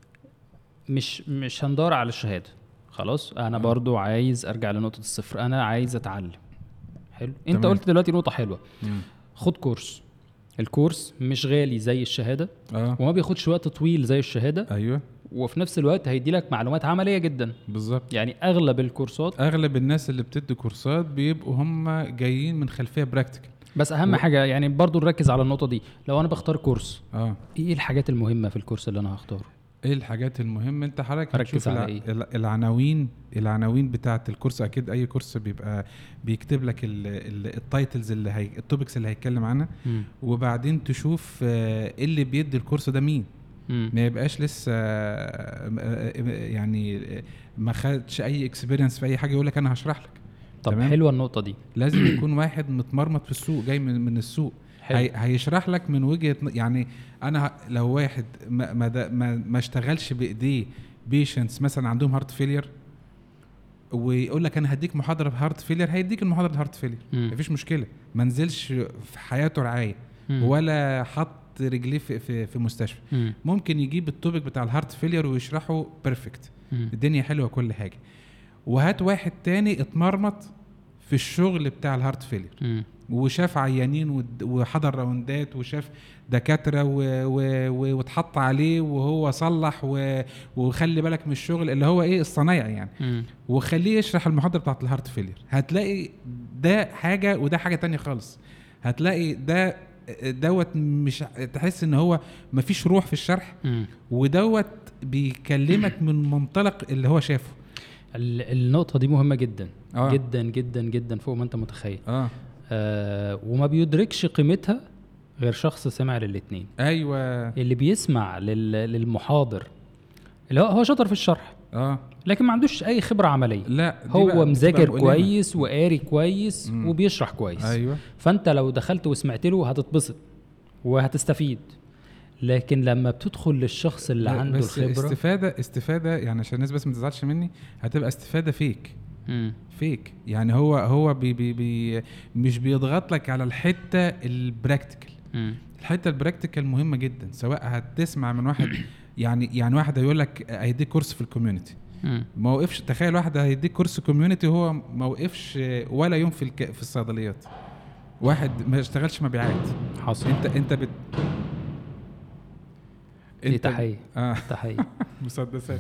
Speaker 1: مش مش هندور على الشهاده خلاص. انا
Speaker 2: آه.
Speaker 1: برضو عايز ارجع لنقطه الصفر، انا عايز اتعلم. حلو. انت
Speaker 2: تمام.
Speaker 1: قلت دلوقتي نقطه حلوه،
Speaker 2: مم.
Speaker 1: خد كورس. الكورس مش غالي زي الشهاده
Speaker 2: اه
Speaker 1: وما بياخدش وقت طويل زي الشهاده،
Speaker 2: ايوه
Speaker 1: وفي نفس الوقت هيدي لك معلومات عمليه جدا.
Speaker 2: بالظبط.
Speaker 1: يعني اغلب الكورسات،
Speaker 2: اغلب الناس اللي بتدي كورسات بيبقوا هم جايين من خلفيه براكتيكال.
Speaker 1: بس اهم
Speaker 2: و-
Speaker 1: حاجه يعني برضو نركز على النقطه دي. لو انا بختار كورس،
Speaker 2: اه
Speaker 1: ايه الحاجات المهمه في الكورس اللي انا هختاره؟
Speaker 2: ايه الحاجات المهمه؟ انت حضرتك
Speaker 1: أركز
Speaker 2: هتشوف
Speaker 1: على
Speaker 2: الع...
Speaker 1: إيه؟
Speaker 2: الع- العناوين العناوين بتاعه الكورس. اكيد اي كورس بيبقى بيكتب لك ال... ال... التايتلز اللي هي التوبكس اللي هيتكلم عنها،
Speaker 1: مم.
Speaker 2: وبعدين تشوف آه، ايه اللي بيدي الكورس ده مين.
Speaker 1: مم.
Speaker 2: ما يبقاش لسه آه، آه، يعني آه، ما خدش اي اكسبيرينس في اي حاجه يقول لك انا هشرح لك.
Speaker 1: طب
Speaker 2: تمام؟
Speaker 1: حلوه النقطه دي.
Speaker 2: لازم يكون واحد متمرمط في السوق، جاي من من السوق.
Speaker 1: حلو.
Speaker 2: هي هيشرح لك من وجهه ن- يعني انا ه- لو واحد ما ما, دا- ما, ما اشتغلش بايديه بيشنتس مثلا عندهم هارت فيلير ويقول لك انا هديك محاضره بهارت فيلير، هيديك المحاضره الهارت فيلير
Speaker 1: مم.
Speaker 2: مفيش مشكله. ما نزلش في حياته رعايه
Speaker 1: مم.
Speaker 2: ولا حط رجليه في في, في مستشفى.
Speaker 1: مم.
Speaker 2: ممكن يجيب التوبيك بتاع الهارت فيلير ويشرحه بيرفكت،
Speaker 1: مم.
Speaker 2: الدنيا حلوه كل حاجه. وهات واحد تاني اتمرمط في الشغل بتاع الهارت فيلير
Speaker 1: مم.
Speaker 2: وشاف عيانين ود- وحضر راوندات وشاف دكاتره و- و- و- واتحط عليه وهو صلح و- وخلي بالك من الشغل اللي هو ايه الصنايعي يعني،
Speaker 1: مم.
Speaker 2: وخليه يشرح المحاضره بتاعت الهارت فيلير. هتلاقي ده حاجه وده حاجه تانية خالص. هتلاقي ده دوت مش تحس ان هو مفيش روح في الشرح،
Speaker 1: مم.
Speaker 2: ودوت بيكلمك من منطلق اللي هو شافه.
Speaker 1: ال- النقطه دي مهمه جدا
Speaker 2: آه.
Speaker 1: جدا جدا جدا فوق ما انت متخيل.
Speaker 2: اه
Speaker 1: آه وما بيدركش قيمتها غير شخص سمع للاتنين.
Speaker 2: ايوه
Speaker 1: اللي بيسمع لل... للمحاضر اللي هو هو شاطر في الشرح
Speaker 2: اه
Speaker 1: لكن ما عندوش اي خبره عمليه،
Speaker 2: لا دي بقى
Speaker 1: هو
Speaker 2: بتبقى
Speaker 1: مذاكر
Speaker 2: مؤلمة.
Speaker 1: كويس وقاري كويس
Speaker 2: مم.
Speaker 1: وبيشرح كويس.
Speaker 2: ايوه
Speaker 1: فانت لو دخلت وسمعت له هتتبسط وهتستفيد. لكن لما بتدخل للشخص اللي
Speaker 2: لا،
Speaker 1: عنده
Speaker 2: بس
Speaker 1: الخبره
Speaker 2: استفاده استفاده يعني عشان الناس بس ما تزعلش مني، هتبقى استفاده فيك
Speaker 1: مم.
Speaker 2: فيك يعني هو هو بي بي بي مش بيضغط لك على الحته البراكتيكال.
Speaker 1: مم.
Speaker 2: الحته البراكتيكال مهمه جدا، سواء هتسمع من واحد يعني يعني واحد هيقول لك هيديك كورس في الكوميونتي،
Speaker 1: مم.
Speaker 2: ما وقفش. تخيل واحد هيديك كورس كوميونتي وهو ما وقفش ولا يوم في الك... في الصيدليات، واحد ما اشتغلش مبيعات.
Speaker 1: حصل.
Speaker 2: انت انت بت...
Speaker 1: دي تحيه
Speaker 2: آه.
Speaker 1: تحيه
Speaker 2: مسدسات.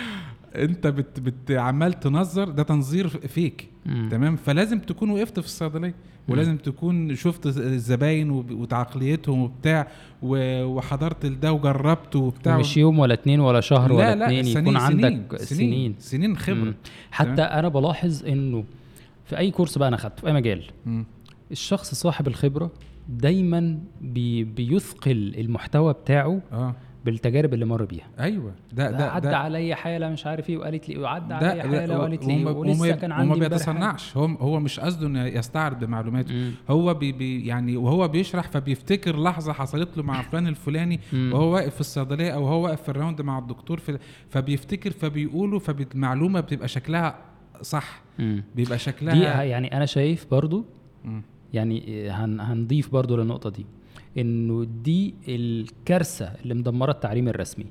Speaker 2: انت بت بت عمال تنظر، ده تنظير فيك.
Speaker 1: مم.
Speaker 2: تمام. فلازم تكون وقفت في الصيدليه، ولازم تكون شفت الزباين وتعقليتهم وبتاع، وحضرت ده وجربته وبتاع،
Speaker 1: مش يوم ولا اتنين ولا شهر
Speaker 2: لا
Speaker 1: ولا
Speaker 2: لا
Speaker 1: اتنين،
Speaker 2: سنين
Speaker 1: يكون
Speaker 2: سنين
Speaker 1: عندك
Speaker 2: سنين
Speaker 1: سنين,
Speaker 2: سنين خبره.
Speaker 1: مم. حتى
Speaker 2: تمام؟
Speaker 1: انا بلاحظ انه في اي كورس بقى انا خدته في اي مجال،
Speaker 2: مم.
Speaker 1: الشخص صاحب الخبره دايما بي بيثقل المحتوى بتاعه
Speaker 2: اه
Speaker 1: بالتجارب اللي مر بيها.
Speaker 2: ايوه ده ده
Speaker 1: عدى
Speaker 2: ده
Speaker 1: عليا حاله مش عارف ايه وقالت لي، وعدى
Speaker 2: ده
Speaker 1: عليا حاله وقالت لي،
Speaker 2: وما
Speaker 1: ولسه كان عندي
Speaker 2: وما
Speaker 1: امبارح حاجة.
Speaker 2: بيتصنعش. هو هو مش قصده انه يستعرض بمعلوماته.
Speaker 1: مم.
Speaker 2: هو بي بي يعني وهو بيشرح فبيفتكر لحظه حصلت له مع فلان الفلاني
Speaker 1: مم.
Speaker 2: وهو واقف في الصيدليه، او هو واقف في الراوند مع الدكتور في، فبيفتكر فبيقوله، فالمعلومه بتبقى شكلها صح.
Speaker 1: مم.
Speaker 2: بيبقى شكلها
Speaker 1: دي يعني انا شايف برضو،
Speaker 2: مم.
Speaker 1: يعني هن هنضيف برضو للنقطه دي انه دي الكارثه اللي مدمره التعليم الرسمي.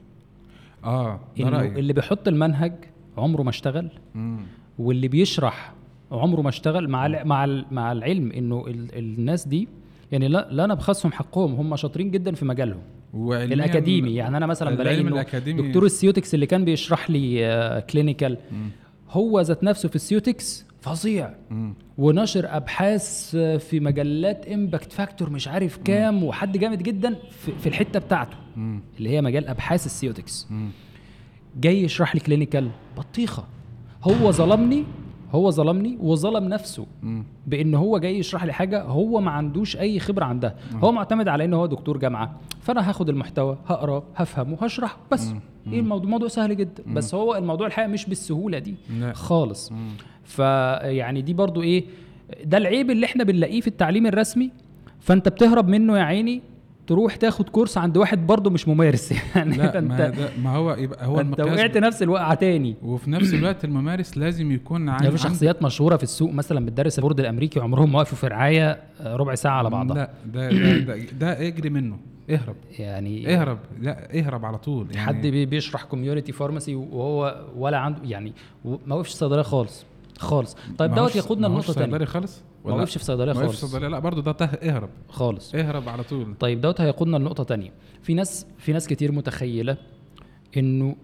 Speaker 2: اه ده
Speaker 1: إنه
Speaker 2: رأيي.
Speaker 1: اللي بيحط المنهج عمره ما اشتغل،
Speaker 2: مم.
Speaker 1: واللي بيشرح عمره ما اشتغل، مع ال مع ال مع العلم انه ال الناس دي يعني لا, لا نبخسهم حقهم، هم شاطرين جدا في مجالهم الاكاديمي. يعني انا مثلا بلاقي انه دكتور السيوتكس اللي كان بيشرح لي آه كلينيكال، هو ذات نفسه في السيوتكس فظيع،
Speaker 2: مم.
Speaker 1: ونشر ابحاث في مجلات امباكت فاكتور مش عارف كام، مم. وحد جامد جدا في, في الحته بتاعته، مم. اللي هي مجال ابحاث السيوتكس. مم. جاي يشرح لي كلينيكال بطيخه. هو ظلمني، هو ظلمني وظلم نفسه. مم. بان هو جاي يشرح لي حاجه هو ما عندوش اي خبره عندها. مم. هو معتمد على انه هو دكتور جامعه، فانا هاخد المحتوى هقرا هفهمه هشرح بس. مم. ايه الموضوع؟ موضوع سهل جدا. مم. بس هو الموضوع الحقيقه مش بالسهوله دي لا. خالص. مم. فيعني دي برضو ايه، ده العيب اللي احنا بنلاقيه في التعليم الرسمي، فانت بتهرب منه يا عيني، تروح تاخد كورس عند واحد برضو مش ممارس. يعني
Speaker 2: لا
Speaker 1: انت
Speaker 2: ما, ده ما هو يبقى هو
Speaker 1: انت وقعت نفس الوقعه تاني.
Speaker 2: وفي نفس الوقت الممارس لازم يكون
Speaker 1: عنده يعني شخصيات مشهوره في السوق مثلا بتدرس البورد الامريكي وعمرهم ما وقفوا في رعايه ربع ساعه على بعضها.
Speaker 2: لا ده ده, ده, ده اجري منه، اهرب
Speaker 1: يعني
Speaker 2: اهرب، لا اهرب على طول.
Speaker 1: يعني حد بيشرح كوميونتي فارماسي وهو ولا عنده يعني ما وقفش صيدليه خالص خالص. طيب دوت ياخدنا لنقطه ثانيه.
Speaker 2: صيدليه خالص
Speaker 1: ما وقفش في صيدليه خالص.
Speaker 2: ما وقفش في صيدليه لا برضه ده ته... اهرب
Speaker 1: خالص،
Speaker 2: اهرب على طول.
Speaker 1: طيب دوت هياخدنا لنقطه ثانيه. في ناس في ناس كتير متخيله انه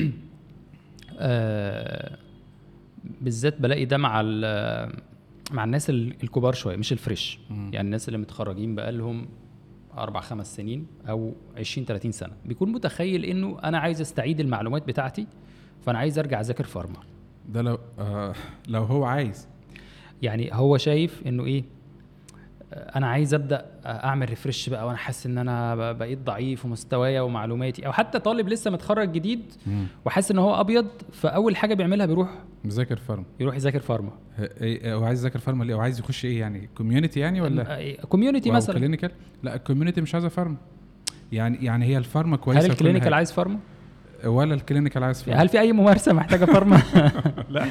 Speaker 1: آه بالذات بلاقي ده مع مع الناس الكبار شويه مش الفريش، م. يعني الناس اللي متخرجين بقالهم أربع خمس سنين أو عشرين ثلاثين سنة، بيكون متخيل إنه أنا عايز أستعيد المعلومات بتاعتي، فأنا عايز أرجع أذاكر فارما.
Speaker 2: ده لو آه لو هو عايز،
Speaker 1: يعني هو شايف إنه إيه، أنا عايز أبدأ أعمل ريفرش بقى، وأنا حاسس إن أنا بقيت ضعيف ومستوايا ومعلوماتي، أو حتى طالب لسه متخرج جديد وحاسس إن هو أبيض، فأول حاجة بيعملها بيروح
Speaker 2: مذاكر فارما،
Speaker 1: يروح يذاكر فارما.
Speaker 2: هو عايز يذاكر فارما ليه؟ هو عايز يخش إيه يعني؟ كوميونتي يعني ولا
Speaker 1: كوميونتي مثلا؟
Speaker 2: كلينيكال؟ لا الكوميونتي مش عايزة فارما. يعني يعني هي الفارما كويسة.
Speaker 1: هل الكلينيكال عايز فارما؟
Speaker 2: ولا الكلينيكال عايز فارما؟
Speaker 1: هل في أي ممارسة محتاجة فارما؟
Speaker 2: لا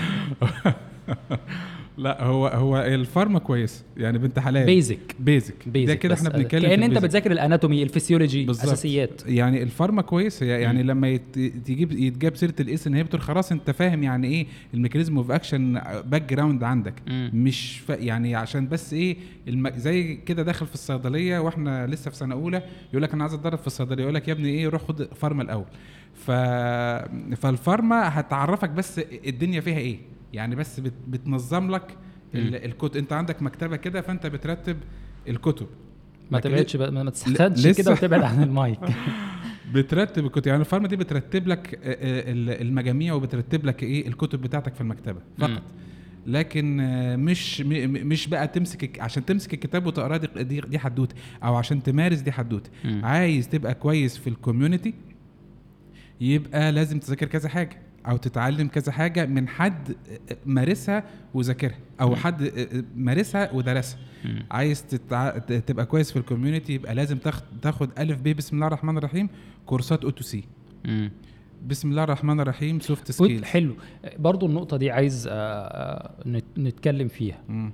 Speaker 2: لا هو هو الفارما كويس يعني بنت حلال،
Speaker 1: بيزك
Speaker 2: بيزك ده كده احنا بنتكلم
Speaker 1: كأن انت بتذاكر الاناتومي الفسيولوجي اساسيات.
Speaker 2: يعني الفارما كويس يعني م. لما يت... تجيب يتجاب سيره الاس انهبيتور خلاص انت فاهم يعني ايه الميكانيزم اوف اكشن باك جراوند عندك. م. مش ف... يعني عشان بس ايه الم... زي كده داخل في الصيدليه واحنا لسه في سنه اولى يقول لك انا عايز اتدرب في الصيدليه، يقول لك يا ابني ايه روح خد فارما الاول. ف... فالفارما هتعرفك بس الدنيا فيها ايه، يعني بس بت... بتنظم لك الكتب. انت عندك مكتبه كده فانت بترتب الكتب،
Speaker 1: ما تبعدش بقى ما تسخنش كده وتبعد عن المايك.
Speaker 2: بترتب الكتب، يعني الفارما دي بترتب لك المجاميع وبترتب لك ايه الكتب بتاعتك في المكتبه فقط. م. لكن مش مش بقى تمسك عشان تمسك الكتاب وتقراه دي دي حدوته، او عشان تمارس دي حدوته. عايز تبقى كويس في الكوميونتي يبقى لازم تذاكر كذا حاجه او تتعلم كذا حاجه من حد مارسها وذاكرها، او م. حد مارسها ودرسها. م. عايز تتع... تبقى كويس في الكوميونتي يبقى لازم تاخد تاخد الف ب بسم الله الرحمن الرحيم كورسات او تو سي. بسم الله الرحمن الرحيم سوفت سكيلز.
Speaker 1: حلو برضو النقطه دي عايز نتكلم فيها. م.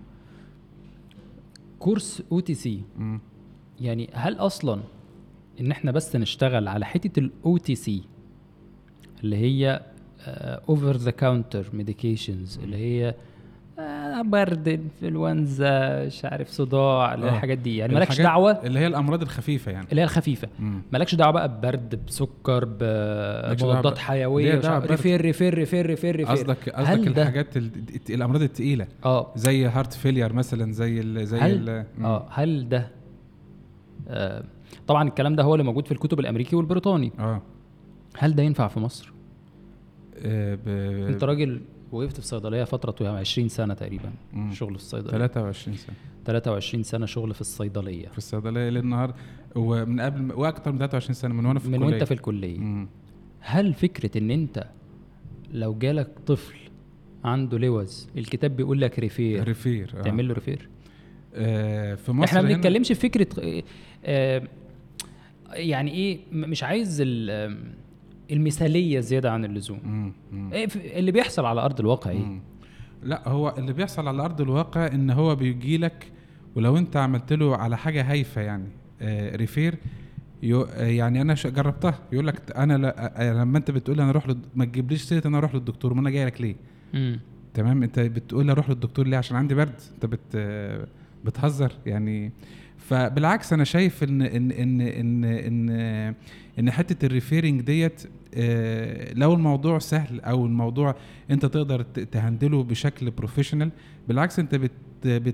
Speaker 1: كورس او تي سي، يعني هل اصلا ان احنا بس نشتغل على حته الاو تي سي اللي هي اوفر ذا كاونتر ميديكيشنز اللي هي uh, آه برد انفلونزا مش عارف صداع الحاجات دي يعني مالكش
Speaker 2: الحاجات
Speaker 1: دعوه
Speaker 2: اللي هي الامراض الخفيفه يعني
Speaker 1: اللي هي الخفيفه
Speaker 2: مم.
Speaker 1: مالكش دعوه بقى ببرد بسكر بمضادات حيويه مش عارف ريفير ريفير ريفير ريفير ريفير
Speaker 2: قصدك قصدك الحاجات ال... الامراض الثقيله
Speaker 1: اه
Speaker 2: زي هارت فيلير مثلا زي ال... زي
Speaker 1: هل
Speaker 2: ال...
Speaker 1: اه هل ده آه طبعا الكلام ده هو اللي موجود في الكتب الامريكي والبريطاني
Speaker 2: اه
Speaker 1: هل ده ينفع في مصر؟
Speaker 2: آه ب...
Speaker 1: انت راجل وقفت في صيدليه فتره طويله عشرين سنه تقريبا مم. شغل في الصيدليه
Speaker 2: ثلاثة وعشرين سنه
Speaker 1: ثلاثة وعشرين سنه شغل في الصيدليه
Speaker 2: في الصيدليه للنهار ومن قبل واكتر من ثلاثة وعشرين سنه من وانا في
Speaker 1: من
Speaker 2: الكليه
Speaker 1: وانت في الكليه
Speaker 2: مم.
Speaker 1: هل فكره ان انت لو جالك طفل عنده لوز الكتاب بيقول لك ريفير
Speaker 2: ريفير آه.
Speaker 1: تعمل له ريفير
Speaker 2: آه في مصر
Speaker 1: احنا ما بنتكلمش في فكره آه يعني ايه مش عايز المثاليه زياده عن اللزوم
Speaker 2: مم. مم.
Speaker 1: ايه اللي بيحصل على ارض الواقع ايه
Speaker 2: مم. لا هو اللي بيحصل على ارض الواقع ان هو بيجي لك ولو انت عملت له على حاجه هايفه يعني آه ريفير يو يعني انا جربتها يقول لك انا لا لما انت بتقول انا اروح لد... ما تجيبليش سيره انا اروح للدكتور ما انا جاي لك ليه
Speaker 1: مم.
Speaker 2: تمام انت بتقول لي اروح للدكتور ليه عشان عندي برد انت بت بتهزر يعني فبالعكس انا شايف ان ان ان ان ان, إن حته الريفيرنج ديت لو الموضوع سهل او الموضوع انت تقدر تهندله بشكل بروفيشنال بالعكس انت بت بت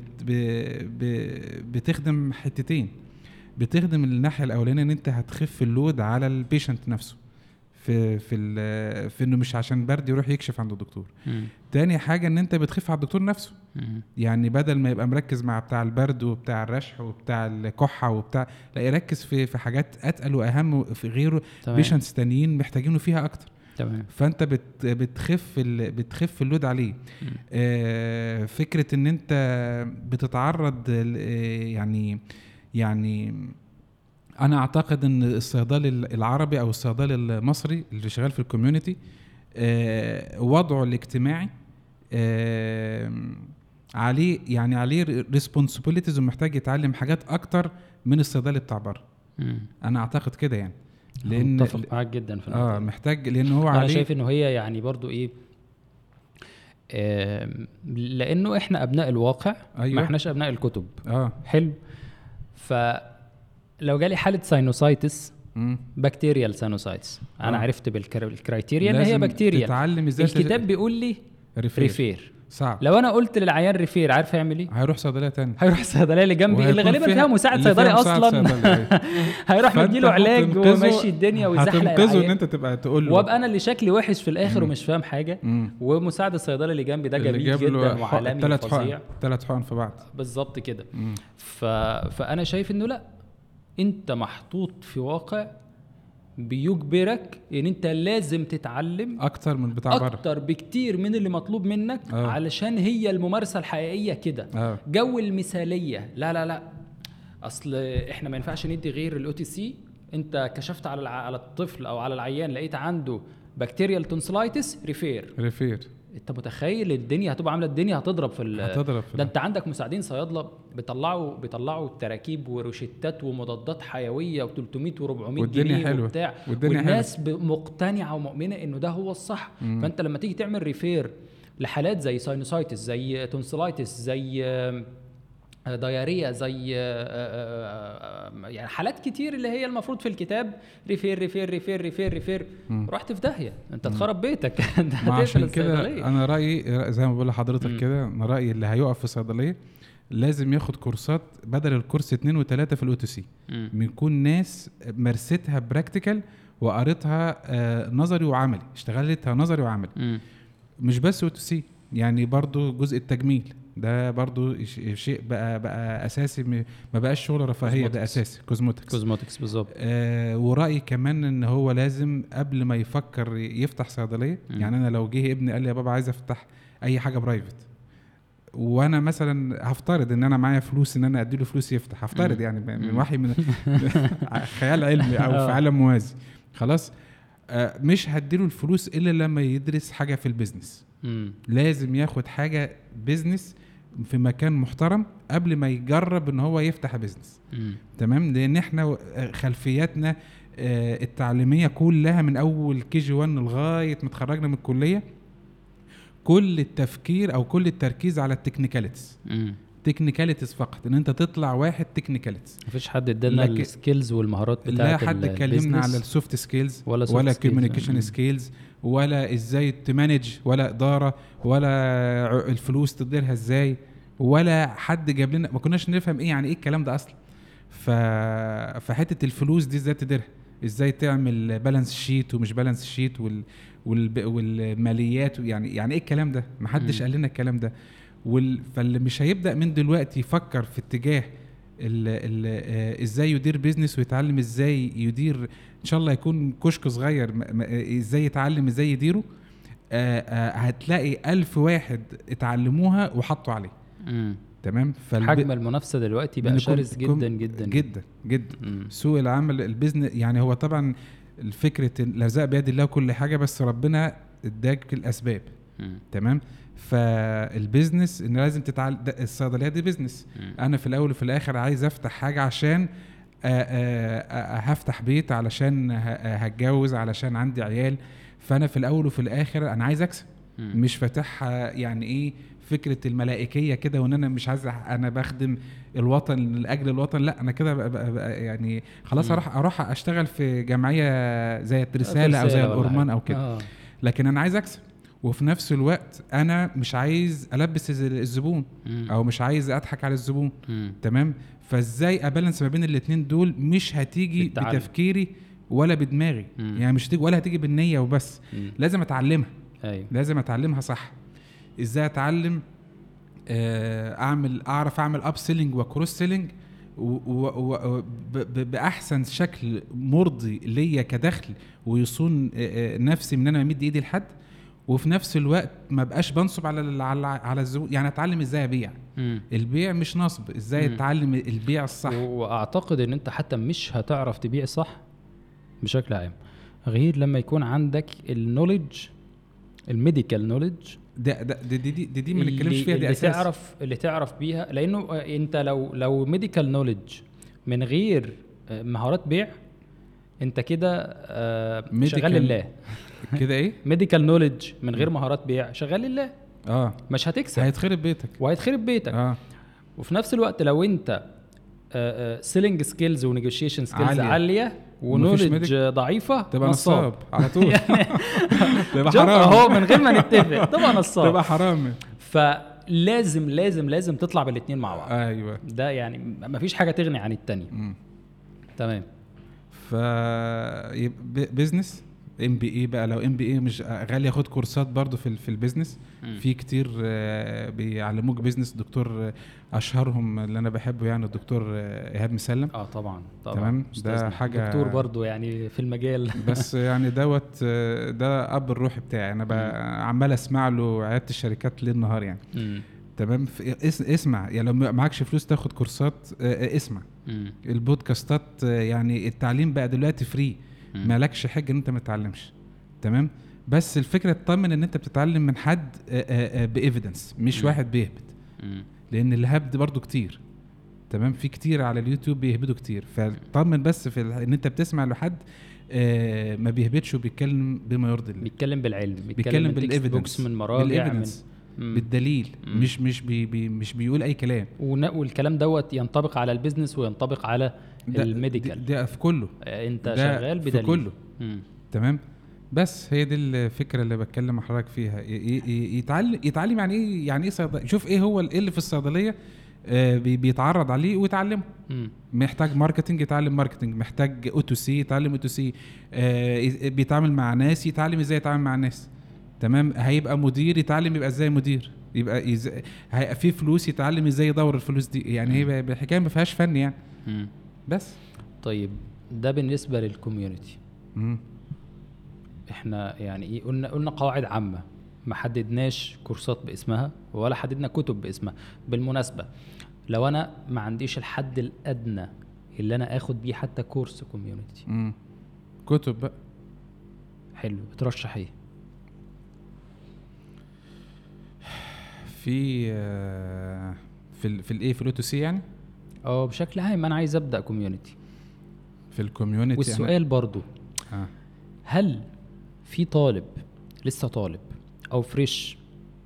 Speaker 2: بتخدم حتتين بتخدم الناحيه الاولانيه ان انت هتخف اللود على البيشنت نفسه في في في انه مش عشان برد يروح يكشف عند الدكتور. مم. تاني حاجه ان انت بتخف على الدكتور نفسه. مم. يعني بدل ما يبقى مركز مع بتاع البرد وبتاع الرشح وبتاع الكحه وبتاع لا يركز في في حاجات اتقل واهم في غيره بيشنتس تانيين محتاجينه فيها اكتر.
Speaker 1: تمام.
Speaker 2: فانت بت بتخف بتخف اللود عليه. آه فكره ان انت بتتعرض يعني يعني انا اعتقد ان الصيدلي العربي او الصيدلي المصري اللي شغال في الكوميونتي آه وضعه الاجتماعي آه عليه يعني عليه ريسبونسبيلتيز ومحتاج يتعلم حاجات اكتر من الصيدلي بتاع بره. انا اعتقد كده يعني
Speaker 1: لان متفق معاك جدا في
Speaker 2: اه محتاج لان هو عليه
Speaker 1: انا شايف انه هي يعني برضو ايه آه لانه احنا ابناء الواقع. أيوة. ما احناش ابناء الكتب.
Speaker 2: اه
Speaker 1: حلو. ف لو جالي حاله ساينوسايتس بكتيريال ساينوسايتس انا آه. عرفت بالكرايتيريا ان هي بكتيريا
Speaker 2: تتعلم ازاي
Speaker 1: الكتاب تت... بيقول لي ريفير, ريفير.
Speaker 2: صعب.
Speaker 1: لو انا قلت للعيان ريفير عارف يعمل ايه؟
Speaker 2: هيروح صيدليه ثانيه
Speaker 1: هيروح صيدليه اللي جنبي اللي غالبا فيها مساعد صيدلي اصلا هيروح مديله علاج وماشي الدنيا ويزحلق العيان
Speaker 2: هتنقذه ان انت تبقى تقول له
Speaker 1: وابقى انا اللي شكلي وحش في الاخر مم. ومش فاهم حاجه مم. ومساعد الصيدلي اللي جنبي ده جميل جدا وعالمي وفظيع
Speaker 2: ثلاث حقن في بعض
Speaker 1: بالظبط كده. ف... فانا شايف انه لا انت محطوط في واقع بيجبرك ان انت لازم تتعلم
Speaker 2: اكتر من بتاع بره
Speaker 1: اكتر بكتير من اللي مطلوب منك. أوه. علشان هي الممارسه الحقيقيه كده.
Speaker 2: أوه.
Speaker 1: جو المثاليه لا لا لا اصل احنا ما ينفعش ندي غير الاو تي سي. انت كشفت على على الطفل او على العيان لقيت عنده بكتيريال تونسلايتس ريفير
Speaker 2: ريفير
Speaker 1: انت متخيل الدنيا هتبقى عامله الدنيا هتضرب في
Speaker 2: هتضرب في
Speaker 1: ده انت عندك مساعدين صيادله بيطلعوا بيطلعوا تراكيب وروشتات ومضادات حيويه و300 و400 جنيه وبتاع والناس مقتنعه ومؤمنه انه ده هو الصح. مم. فانت لما تيجي تعمل ريفير لحالات زي ساينوسايتس زي تونسلايتس زي دايريا زي يعني حالات كتير اللي هي المفروض في الكتاب ريفير ريفير ريفير ريفير ريفير رحت في داهيه انت تخرب بيتك.
Speaker 2: عشان كده انا رايي زي ما بقول لحضرتك كده انا رايي اللي هيقف في صيدليه لازم ياخد كورسات بدل الكورس اتنين وتلاتة في الاو تي سي بيكون ناس مارستها براكتيكال وقريتها آه نظري وعملي اشتغلتها نظري وعملي. م. مش بس او تي سي يعني برضو جزء التجميل ده برضو شيء بقى بقى اساسي ما بقاش شغل رفاهيه ده اساسي كوزموتكس
Speaker 1: كوزموتكس بالظبط.
Speaker 2: آه ورأيي كمان ان هو لازم قبل ما يفكر يفتح صيدليه م. يعني انا لو جه ابني قال لي يا بابا عايز افتح اي حاجه برايفت وانا مثلا هفترض ان انا معايا فلوس ان انا ادي له فلوس يفتح هفترض يعني من وحي من خيال علمي او في عالم موازي خلاص آه مش هدي له الفلوس الا لما يدرس حاجه في البيزنس. م. لازم ياخد حاجه بيزنس في مكان محترم قبل ما يجرب ان هو يفتح بيزنس. تمام لان احنا خلفياتنا التعليميه كلها من اول كي جي واحد لغايه ما اتخرجنا من الكليه كل التفكير او كل التركيز على التكنيكاليتيز تكنيكاليتيز فقط، ان انت تطلع واحد تكنيكاليتيز.
Speaker 1: مفيش حد ادانا السكيلز والمهارات بتاعه
Speaker 2: لا حد اتكلمنا على السوفت سكيلز ولا, ولا كوميونيكيشن سكيلز ولا ازاي تمانج ولا اداره ولا الفلوس تديرها ازاي، ولا حد جاب لنا، ما كناش نفهم ايه يعني ايه الكلام ده اصلا. ف فحته الفلوس دي ازاي تديرها، ازاي تعمل بالانس شيت ومش بالانس شيت وال... وال... والماليات، يعني يعني ايه الكلام ده، ما حدش قال لنا الكلام ده. وال... فاللي مش هيبدا من دلوقتي يفكر في اتجاه ال... ال... آه ازاي يدير بيزنس ويتعلم ازاي يدير، ان شاء الله يكون كشك صغير م... م... ازاي يتعلم ازاي يديره، آه آه هتلاقي ألف واحد اتعلموها وحطوا عليه.
Speaker 1: مم.
Speaker 2: تمام.
Speaker 1: فالب... حجم المنافسه دلوقتي بقى شرس جدا جدا
Speaker 2: جدا جدا. مم. سوق العمل البيزنس يعني هو طبعا الفكره الارزاق بيد الله كل حاجه، بس ربنا اداك الاسباب. مم. تمام. فالبيزنس ان لازم تتعلم، الصيدليه دي بيزنس. مم. انا في الاول وفي الاخر عايز افتح حاجه عشان آآ آآ هفتح بيت، علشان هتجوز، علشان عندي عيال. فانا في الاول وفي الاخر انا عايز اكسب. مم. مش فاتحها يعني ايه فكره الملائكيه كده، وان انا مش عايز انا بخدم الوطن لاجل الوطن، لا انا كده يعني خلاص اروح اروح اشتغل في جمعيه زي الرساله او زي الأورمان او كده. آه. لكن انا عايز اكسب، وفي نفس الوقت انا مش عايز البس الزبون مم. او مش عايز اضحك على الزبون. مم. تمام. فازاي ابالانس ما بين الاثنين دول؟ مش هتيجي بالتعلم. بتفكيري ولا بدماغي. مم. يعني مش هتيجي ولا هتيجي بالنيه وبس. مم. لازم اتعلمها. أيوة. لازم اتعلمها صح. ازاي اتعلم اعمل اعرف اعمل اب سيلينج وكروس سيلينج باحسن شكل مرضي ليا كدخل، ويصون نفسي من انا امد ايدي لحد، وفي نفس الوقت ما بقاش بنصب على على على الزبون. يعني اتعلم ازاي ابيع. مم. البيع مش نصب، ازاي اتعلم البيع الصح.
Speaker 1: واعتقد ان انت حتى مش هتعرف تبيع صح بشكل عام غير لما يكون عندك النوليدج، الميديكال نوليدج.
Speaker 2: ده ده دي دي دي, دي ما نتكلمش فيها، دي
Speaker 1: اساس اللي تعرف اللي تعرف بيها. لانه انت لو لو ميديكال نوليدج من غير مهارات بيع، انت كده شغال لله.
Speaker 2: كده ايه
Speaker 1: ميديكال نوليدج من غير مهارات بيع شغال لله.
Speaker 2: اه
Speaker 1: مش هتكسب،
Speaker 2: هيتخرب بيتك
Speaker 1: وهيتخرب بيتك. اه وفي نفس الوقت لو انت سيلينج سكيلز ونيجوشيشن سكيلز عاليه ونولج ضعيفه،
Speaker 2: تبقى نصاب على طول.
Speaker 1: تبقى حرام اهو من غير ما نتفق، تبقى نصاب،
Speaker 2: تبقى حرام.
Speaker 1: فلازم لازم لازم تطلع بالاثنين مع بعض.
Speaker 2: ايوه
Speaker 1: ده يعني ما فيش حاجه تغني عن الثانيه. تمام.
Speaker 2: ف بيزنس ام بي اي بقى، لو ام بي اي مش غالي ياخد كورسات برضو في في البيزنس. في كتير بيعلموك بيزنس. دكتور اشهرهم اللي انا بحبه يعني الدكتور ايهاب مسلم.
Speaker 1: اه طبعا طبعا.
Speaker 2: تمام. ده حاجه
Speaker 1: دكتور برضو يعني في المجال.
Speaker 2: بس يعني دوت ده اب الروح بتاعي. انا عمال اسمع له عياده الشركات ليل نهار يعني. م. تمام. اسمع يعني، لو معكش فلوس تاخد كورسات اسمع. م. البودكاستات يعني التعليم بقى دلوقتي فري، مالكش حاجه ان انت ما تتعلمش. تمام. بس الفكره تطمن ان انت بتتعلم من حد بايفيدنس، مش م. واحد بيهبد. م. لان الهبد برضو كتير. تمام. في كتير على اليوتيوب بيهبدوا كتير، فطمن بس في ان انت بتسمع لحد ما بيهبدش وبيتكلم بما يرضي الله،
Speaker 1: بيتكلم بالعلم،
Speaker 2: بيتكلم بالايفيدنس،
Speaker 1: من مراجع، من
Speaker 2: بالدليل. مم. مش مش بي بي مش بيقول اي كلام.
Speaker 1: والكلام دوت ينطبق على البيزنس وينطبق على الميديكال.
Speaker 2: ده في كله.
Speaker 1: انت شغال بدليل
Speaker 2: في كله. مم. تمام. بس هي دي الفكره اللي بتكلم مع حضرتك فيها. يتعلم يتعلم يعني ايه يعني ايه صيدليه. شوف ايه هو اللي في الصيدليه آه بيتعرض عليه ويتعلمه. مم. محتاج ماركتنج يتعلم ماركتنج، محتاج او تو سي يتعلم او تو سي، بيتعامل مع ناس يتعلم ازاي يتعامل مع الناس. تمام. هيبقى مدير يتعلم يبقى ازاي مدير، يبقى يز... هيبقى في فلوس يتعلم ازاي يدور الفلوس دي. يعني هي الحكايه ما فيهاش فن يعني. مم. بس
Speaker 1: طيب ده بالنسبه للكوميونتي. احنا يعني ايه قلنا قلنا قواعد عامه، ما حددناش كورسات باسمها ولا حددنا كتب باسمها. بالمناسبه لو انا ما عنديش الحد الادنى اللي انا اخد بيه حتى كورس كوميونتي،
Speaker 2: كتب بقى
Speaker 1: حلو، بترشح ايه؟
Speaker 2: في في في الايه في الاو تو سي يعني.
Speaker 1: اه بشكل عام انا عايز ابدا كوميونتي.
Speaker 2: في الكوميونتي
Speaker 1: والسؤال أنا... برضو آه. هل في طالب لسه طالب او فريش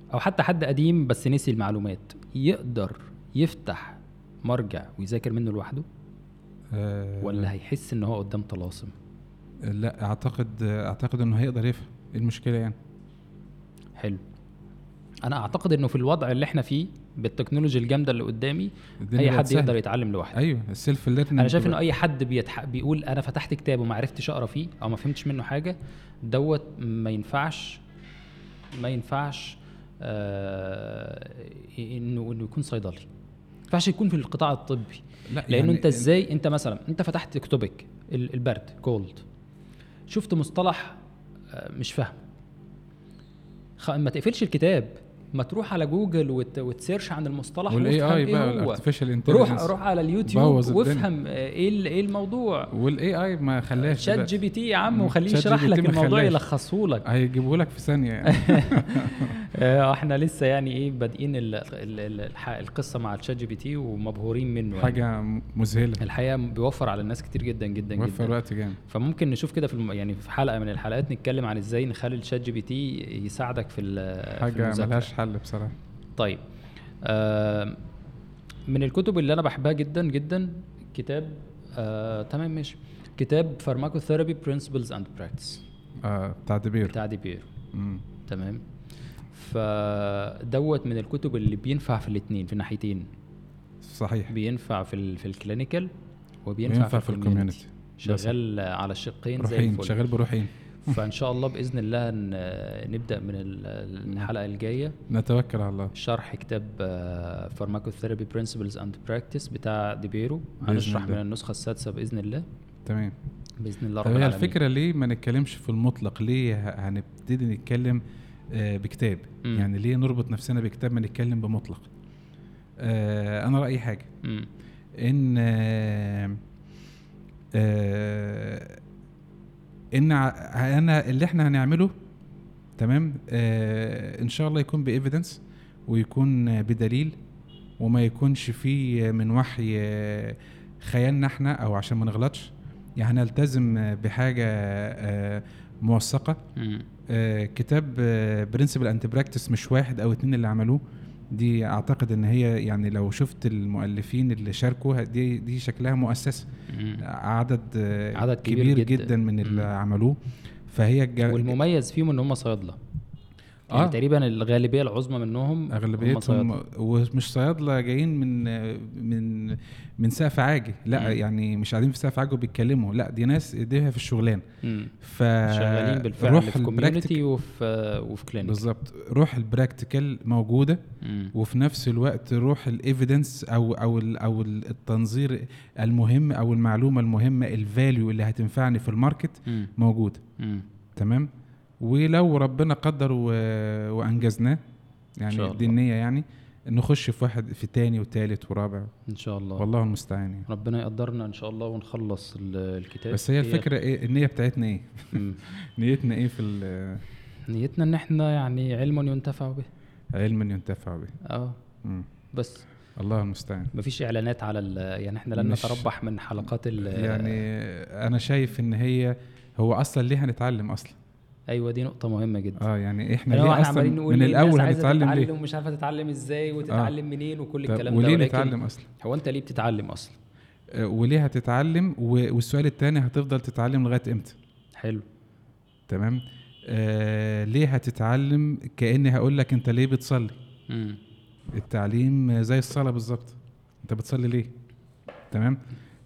Speaker 1: او حتى حد قديم بس نسي المعلومات يقدر يفتح مرجع ويذاكر منه لوحده
Speaker 2: أه
Speaker 1: ولا هيحس ان هو قدام طلاسم؟
Speaker 2: لا اعتقد اعتقد انه هيقدر يفهم. ايه المشكله يعني؟
Speaker 1: حلو. انا اعتقد انه في الوضع اللي احنا فيه بالتكنولوجيا الجامده اللي قدامي اي حد
Speaker 2: سهل.
Speaker 1: يقدر يتعلم لوحده.
Speaker 2: ايوه السيلف ليرنينج.
Speaker 1: انا شايف انه اي حد بيتح... بيقول انا فتحت كتاب وما عرفتش اقرا فيه او ما فهمتش منه حاجه دوت ما ينفعش ما ينفعش آه... انه انه يكون صيدلي، ما ينفعش يكون في القطاع الطبي.
Speaker 2: لا
Speaker 1: لانه
Speaker 2: يعني
Speaker 1: انت ازاي انت مثلا انت فتحت كتبك البرد كولد، شفت مصطلح مش فاهم، خ... ما تقفلش الكتاب، ما تروح على جوجل وت... وتسيرش عن المصطلح
Speaker 2: والاي اي
Speaker 1: ايه
Speaker 2: بقى
Speaker 1: هو.
Speaker 2: الارتفيشال
Speaker 1: روح
Speaker 2: انتليجنس
Speaker 1: روح على اليوتيوب وافهم ايه ايه الموضوع.
Speaker 2: والاي اي ما خلاش
Speaker 1: شات جي بي تي يا عم وخليه يشرح لك الموضوع يلخصه لك،
Speaker 2: هيجيبه لك في ثانيه يعني.
Speaker 1: احنا لسه يعني ايه بادئين ال... ال... ال... القصه مع الشات جي بي تي ومبهورين منه
Speaker 2: حاجه
Speaker 1: يعني.
Speaker 2: مذهله
Speaker 1: الحقيقه بيوفر على الناس كتير جدا جدا جدا،
Speaker 2: بيوفر وقت جامد.
Speaker 1: فممكن نشوف كده في الم... يعني في حلقه من الحلقات نتكلم عن ازاي نخلي الشات جي بي تي يساعدك في
Speaker 2: حاجه ملهاش حل بصراحه.
Speaker 1: طيب آه من الكتب اللي انا بحبها جدا جدا كتاب آه تمام ماشي كتاب فارماكوثيرابي برينسيبلز اند براكتس
Speaker 2: اه بتاع ديبير
Speaker 1: بتاع ديبير تمام. فدوت من الكتب اللي بينفع في الاثنين في الناحيتين.
Speaker 2: صحيح.
Speaker 1: بينفع في ال في الكلينيكال وبينفع
Speaker 2: وينفع
Speaker 1: في,
Speaker 2: في الكوميونتي.
Speaker 1: شغال على الشقين زي
Speaker 2: روحين.
Speaker 1: الفل.
Speaker 2: شغال بروحين.
Speaker 1: فان شاء الله باذن الله نبدا من الحلقه الجايه
Speaker 2: نتوكل على الله
Speaker 1: شرح كتاب فارماكوثيرابي برينسيبلز اند براكتس بتاع ديبيرو. هنشرح من النسخه السادسه باذن الله.
Speaker 2: تمام
Speaker 1: باذن الله
Speaker 2: رب العالمين. الفكره ليه ما نتكلمش في المطلق؟ ليه هنبتدي نتكلم بكتاب؟ م. يعني ليه نربط نفسنا بكتاب ما نتكلم بمطلق؟ آه انا رايي حاجه م. ان آه آه ان انا اللي احنا هنعمله تمام آه ان شاء الله يكون بايفيدنس ويكون بدليل وما يكونش فيه من وحي آه خيالنا احنا او عشان ما نغلطش. يعني نلتزم بحاجه آه موثقه. آه كتاب برنسبل اند براكتس مش واحد او اتنين اللي عملوه. دي اعتقد ان هي يعني لو شفت المؤلفين اللي شاركوا دي دي شكلها مؤسسه عدد,
Speaker 1: عدد كبير,
Speaker 2: كبير
Speaker 1: جدا,
Speaker 2: جدا من اللي عملوه. فهي
Speaker 1: الج... والمميز فيهم ان هم صيادله يعني آه. تقريبا الغالبيه العظمى منهم
Speaker 2: اغلبيتهم ومش صيادله جايين من من من سقف عاجي لا مم. يعني مش قاعدين في سقف عاجي وبيتكلموا لا دي ناس ايديها في الشغلانه
Speaker 1: ف شغالين بالفعل في كوميونتي وفي وفي كلينيك
Speaker 2: بالظبط. روح البراكتيكال موجوده مم. وفي نفس الوقت روح الايفيدنس او او او التنظير المهم او المعلومه المهمه الفاليو اللي هتنفعني في الماركت مم. موجوده مم. تمام. ولو ربنا قدر و... وانجزناه يعني دي النيه يعني نخش في واحد في تاني وتالت ورابع
Speaker 1: ان شاء الله.
Speaker 2: والله المستعان يعني.
Speaker 1: ربنا يقدرنا ان شاء الله ونخلص الكتاب.
Speaker 2: بس هي الفكره ايه النيه بتاعتنا ايه؟ نيتنا ايه في
Speaker 1: نيتنا ان احنا يعني علم ينتفع به.
Speaker 2: علم ينتفع به
Speaker 1: اه بس
Speaker 2: الله المستعان.
Speaker 1: مفيش اعلانات على يعني احنا لن نتربح من حلقات
Speaker 2: يعني انا شايف ان هي هو اصلا ليه هنتعلم اصلا.
Speaker 1: ايوه دي نقطه مهمه جدا.
Speaker 2: اه يعني احنا ليه اصلا من الاول هنتعلم ليه
Speaker 1: ومش عارفه تتعلم ازاي وتتعلم آه. منين وكل الكلام
Speaker 2: ده. وليه نتعلم اصلا؟
Speaker 1: هو انت ليه بتتعلم اصلا؟
Speaker 2: آه وليه هتتعلم؟ والسؤال الثاني هتفضل تتعلم لغايه امتى؟
Speaker 1: حلو
Speaker 2: تمام. آه ليه هتتعلم؟ كاني هقول لك انت ليه بتصلي؟ م. التعليم زي الصلاه بالظبط. انت بتصلي ليه؟ تمام.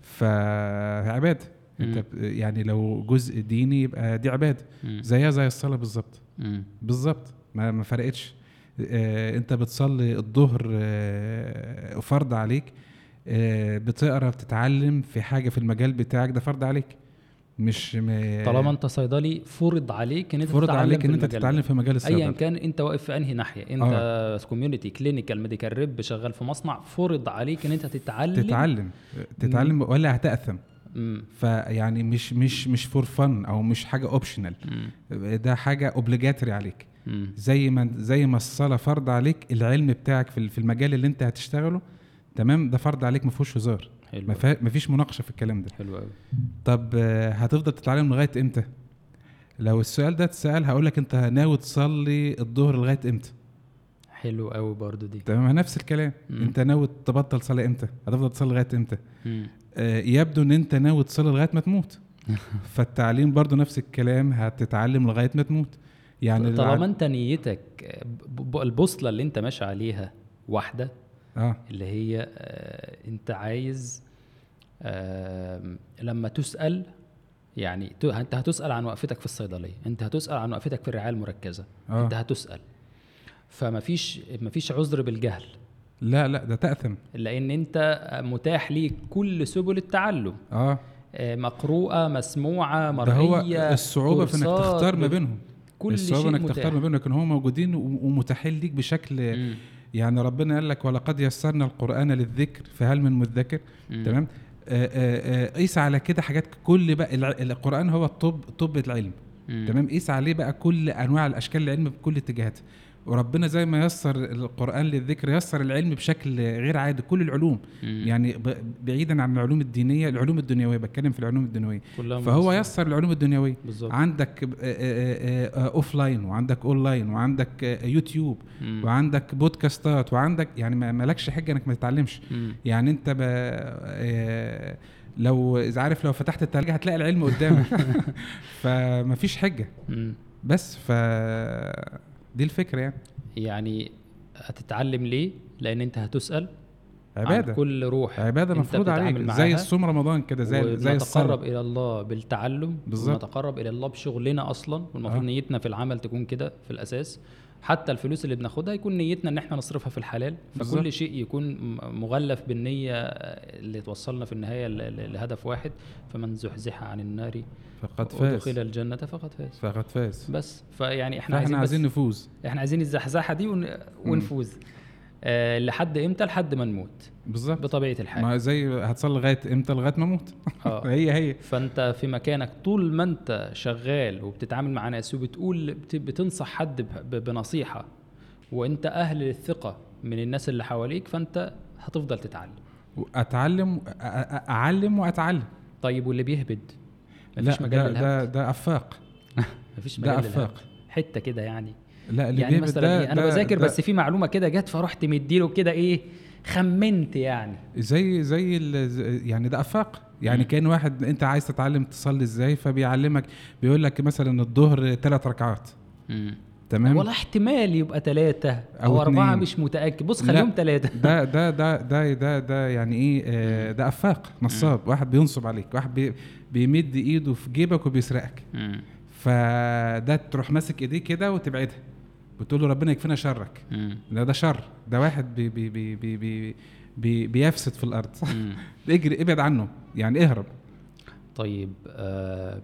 Speaker 2: فعباده انت يعني لو جزء ديني يبقى دي عباده زيها زي الصلاه بالظبط بالظبط ما ما فرقتش. اه انت بتصلي الظهر اه فرض عليك اه بتقرا بتتعلم في حاجه في المجال بتاعك ده فرض عليك مش م...
Speaker 1: طالما انت صيدلي فرض عليك ان انت
Speaker 2: فرض تتعلم عليك ان انت تتعلم في مجال الصيدله
Speaker 1: ايا كان انت واقف في انهي ناحيه انت كوميونتي كلينيكال ميديكال ريب شغال في مصنع فرض عليك ان انت تتعلم
Speaker 2: تتعلم تتعلم م. ولا هتأثم. فيعني مش مش مش فور فن او مش حاجه اوبشنال ده حاجه اوبليجاتوري عليك. مم. زي ما زي ما الصلاه فرض عليك العلم بتاعك في المجال اللي انت هتشتغله تمام ده فرض عليك ما فيهوش هزار ما فيش مناقشه في الكلام ده.
Speaker 1: حلو قوي.
Speaker 2: طب هتفضل تتعلم لغايه امتى؟ لو السؤال ده اتسال هقول لك انت ناوي تصلي الظهر لغايه امتى؟
Speaker 1: حلو قوي برضو دي.
Speaker 2: تمام نفس الكلام.
Speaker 1: مم.
Speaker 2: انت ناوي تبطل صلاه امتى؟ هتفضل تصلي لغايه امتى؟
Speaker 1: مم.
Speaker 2: آه يبدو ان انت ناوي تصلي لغايه ما تموت. فالتعليم برضو نفس الكلام، هتتعلم لغايه ما تموت. يعني
Speaker 1: طالما
Speaker 2: الع-
Speaker 1: انت نيتك ب- ب- البوصله اللي انت ماشي عليها واحده،
Speaker 2: اه
Speaker 1: اللي هي آه، انت عايز آم، لما تسأل، يعني ت- انت هتسأل عن وقفتك في الصيدلية، انت هتسأل عن وقفتك في الرعاية المركزة،
Speaker 2: اه
Speaker 1: انت هتسأل. فما فيش ما فيش عذر بالجهل،
Speaker 2: لا لا ده تأثم.
Speaker 1: لان انت متاح ليك كل سبل التعلم،
Speaker 2: اه
Speaker 1: آه، مقروءة مسموعة
Speaker 2: ده هو
Speaker 1: مرئية،
Speaker 2: الصعوبة في انك
Speaker 1: كورسات،
Speaker 2: تختار ما
Speaker 1: ب-
Speaker 2: بينهم.
Speaker 1: كل
Speaker 2: الصعوبة
Speaker 1: شيء
Speaker 2: انك تختار
Speaker 1: متاح.
Speaker 2: ما بينهم، لكن هم موجودين و- ومتاحين ليك بشكل.
Speaker 1: مم.
Speaker 2: يعني ربنا قال لك ولقد يسرنا القرآن للذكر فهل من مذكر.
Speaker 1: مم.
Speaker 2: تمام. آه، آه، آه، قيس على كده حاجات، كل بقى الع- القرآن هو الطب، طب العلم.
Speaker 1: مم.
Speaker 2: تمام. قيس عليه بقى كل انواع الاشكال العلم بكل اتجاهاتها. وربنا زي ما يسر القرآن للذكر يسر العلم بشكل غير عادي، كل العلوم.
Speaker 1: مم.
Speaker 2: يعني ب- بعيدا عن العلوم الدينية، العلوم الدنيوية، بتكلم في العلوم الدنيوية.
Speaker 1: كلها
Speaker 2: فهو
Speaker 1: مناسبة.
Speaker 2: يسر العلوم الدنيوية.
Speaker 1: بالظبط.
Speaker 2: عندك اوف لاين، وعندك اون لاين، وعندك آه، يوتيوب،
Speaker 1: مم.
Speaker 2: وعندك بودكاستات، وعندك يعني ما مالكش حاجة انك ما تتعلمش.
Speaker 1: مم.
Speaker 2: يعني انت ب... آه، لو اذا عارف لو فتحت التلاجة هتلاقي العلم قدامك. فمفيش حجة.
Speaker 1: مم.
Speaker 2: بس ف دي الفكرة يعني.
Speaker 1: يعني هتتعلم ليه؟ لان انت هتسأل
Speaker 2: عبادة.
Speaker 1: عن كل روح
Speaker 2: عبادة
Speaker 1: انت
Speaker 2: مفروض
Speaker 1: بتتعامل
Speaker 2: عليك،
Speaker 1: معاها،
Speaker 2: زي الصوم رمضان كده، زي زي
Speaker 1: ونتقرب
Speaker 2: الصلاة.
Speaker 1: الى الله بالتعلم،
Speaker 2: بالظبط.
Speaker 1: ونتقرب الى الله بشغلنا اصلا، والمفروض
Speaker 2: آه.
Speaker 1: نيتنا في العمل تكون كده في الاساس. حتى الفلوس اللي بناخدها يكون نيتنا ان احنا نصرفها في الحلال،
Speaker 2: بالظبط.
Speaker 1: فكل شيء يكون م- مغلف بالنية اللي توصلنا في النهاية ل- ل- لهدف واحد. فمن زحزح عن النار
Speaker 2: فقد
Speaker 1: وادخل
Speaker 2: فاز.
Speaker 1: الجنة فقد فاز.
Speaker 2: فقد فاز.
Speaker 1: بس فيعني احنا
Speaker 2: فاحنا
Speaker 1: عايزين
Speaker 2: عايزين
Speaker 1: بس
Speaker 2: نفوز.
Speaker 1: احنا عايزين الزحزحة دي ون... ونفوز. آه لحد امتى؟ لحد ما نموت
Speaker 2: بالظبط.
Speaker 1: بطبيعة الحال.
Speaker 2: ما زي هتصلي لغايه امتى؟ لغايه ما اموت.
Speaker 1: آه.
Speaker 2: هي هي.
Speaker 1: فانت في مكانك طول ما انت شغال وبتتعامل مع ناس وبتقول بت- بتنصح حد ب- ب- بنصيحة، وانت اهل للثقة من الناس اللي حواليك، فانت هتفضل تتعلم.
Speaker 2: اتعلم أ- أ- اعلم واتعلم.
Speaker 1: طيب واللي بيهبد؟
Speaker 2: لا
Speaker 1: مفيش مجال
Speaker 2: ده
Speaker 1: للهبد.
Speaker 2: ده ده افاق.
Speaker 1: مفيش
Speaker 2: ده
Speaker 1: مجال
Speaker 2: أفاق.
Speaker 1: للهبد. حتة كده يعني.
Speaker 2: لا اللي
Speaker 1: يعني
Speaker 2: بيهبط
Speaker 1: مثلا
Speaker 2: ده
Speaker 1: إيه؟ انا
Speaker 2: ده-
Speaker 1: بذاكر
Speaker 2: ده
Speaker 1: بس في معلومة كده جت فرحت مديله كده ايه، خمنت يعني.
Speaker 2: زي زي ال- يعني ده افاق. يعني
Speaker 1: مم.
Speaker 2: كان واحد انت عايز تتعلم تصلي ازاي، فبيعلمك بيقول لك مثلا الظهر ثلاث ركعات. تمام.
Speaker 1: ولا احتمال يبقى ثلاثة
Speaker 2: أو
Speaker 1: أو أربعة،
Speaker 2: اتنين.
Speaker 1: مش متأكد. بص
Speaker 2: لا،
Speaker 1: خليهم ثلاثة.
Speaker 2: ده ده ده ده ده ده يعني ايه آه، ده افاق نصاب. واحد بينصب عليك، واحد بي بيمد ايده في جيبك وبيسرقك. فده تروح ماسك ايديه كده وتبعدها، بتقول له ربنا يكفينا شرك. ده ده شر. ده واحد بي بي بي بي بي بي بيفسد في الارض. اجري ابعد عنه، يعني اهرب.
Speaker 1: طيب آم،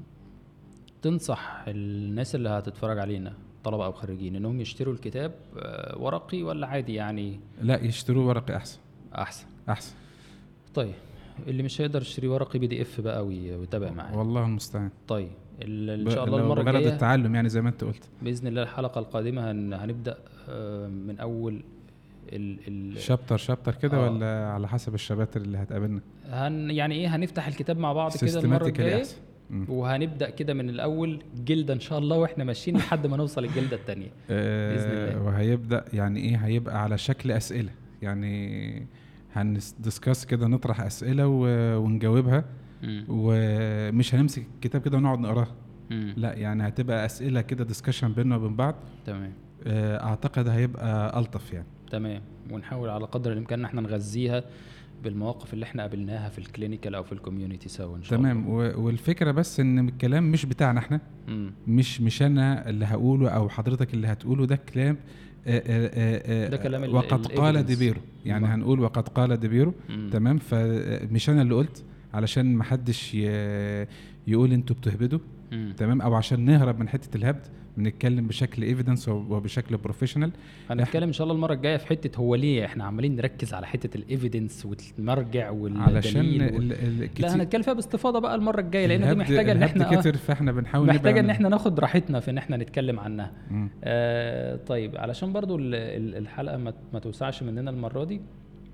Speaker 1: تنصح الناس اللي هتتفرج علينا طلبة أو خريجين إنهم يشتروا الكتاب آه، ورقي ولا عادي يعني؟
Speaker 2: لا يشتروا ورقي احسن.
Speaker 1: أحسن.
Speaker 2: احسن.
Speaker 1: طيب اللي مش هيقدر يشتري ورقي بي دي اف بقى وي- ويتابع معايا.
Speaker 2: والله المستعان.
Speaker 1: طيب ال-
Speaker 2: ب-
Speaker 1: إن شاء الله
Speaker 2: لو
Speaker 1: المرة
Speaker 2: بغرض
Speaker 1: الجاية
Speaker 2: التعلم يعني زي ما انت قلت.
Speaker 1: بإذن الله الحلقة القادمة هن- هنبدأ آه، من أول ال ال
Speaker 2: شابتر شابتر كده
Speaker 1: آه.
Speaker 2: ولا على حسب الشباتر اللي هتقابلنا؟
Speaker 1: هن يعني إيه، هنفتح الكتاب مع بعض كده المرة
Speaker 2: Systematically
Speaker 1: الجاية،
Speaker 2: أحسن. مم.
Speaker 1: وهنبدأ كده من الأول جلدة إن شاء الله، وإحنا ماشيين لحد ما نوصل الجلدة التانية. بإذن
Speaker 2: آه
Speaker 1: الله.
Speaker 2: وهيبدأ يعني ايه، هيبقى على شكل أسئلة. يعني هندسكاس كده، نطرح أسئلة و- ونجاوبها.
Speaker 1: مم.
Speaker 2: ومش هنمسك الكتاب كده ونقعد نقراه.
Speaker 1: مم.
Speaker 2: لا يعني هتبقى أسئلة كده، ديسكشن بيننا وبين بعض.
Speaker 1: تمام.
Speaker 2: آه أعتقد هيبقى ألطف يعني.
Speaker 1: تمام. ونحاول على قدر الامكان ان احنا نغذيها بالمواقف اللي احنا قابلناها في الكلينيكال او في الكوميونتي سوا ان شاء
Speaker 2: تمام.
Speaker 1: الله.
Speaker 2: و- والفكرة بس ان الكلام مش بتاعنا احنا.
Speaker 1: تمام.
Speaker 2: مش مش انا اللي هقوله او حضرتك اللي هتقوله. ده كلام آه، آه، آه،
Speaker 1: ده كلام ال-
Speaker 2: وقد
Speaker 1: ال
Speaker 2: قال
Speaker 1: evidence.
Speaker 2: ديبيرو. يعني
Speaker 1: الله.
Speaker 2: هنقول وقد قال ديبيرو.
Speaker 1: مم.
Speaker 2: تمام. فمش انا اللي قلت، علشان ما حدش ي- يقول انتوا بتهبدوا.
Speaker 1: مم.
Speaker 2: تمام. او عشان نهرب من حتة الهبد، بنتكلم بشكل ايفيدنس وبشكل بروفيشنال.
Speaker 1: هنتكلم ان شاء الله المره الجايه في حته هو ليه احنا عمالين نركز على حته الايفيدنس والمرجع والدليل
Speaker 2: علشان
Speaker 1: وال...
Speaker 2: ال- ال-
Speaker 1: لا
Speaker 2: كتير-
Speaker 1: هنتكلم فيها باستفاضه بقى المره الجايه، لان دي
Speaker 2: الهبد-
Speaker 1: محتاجه ان
Speaker 2: الهبد
Speaker 1: احنا
Speaker 2: كتر، فاحنا بنحاول نبعد
Speaker 1: محتاجه ان
Speaker 2: عن-
Speaker 1: احنا ناخد راحتنا في ان احنا نتكلم عنها.
Speaker 2: مم.
Speaker 1: آه طيب علشان برضو ال- ال- الحلقه ما ما توسعش مننا المره دي،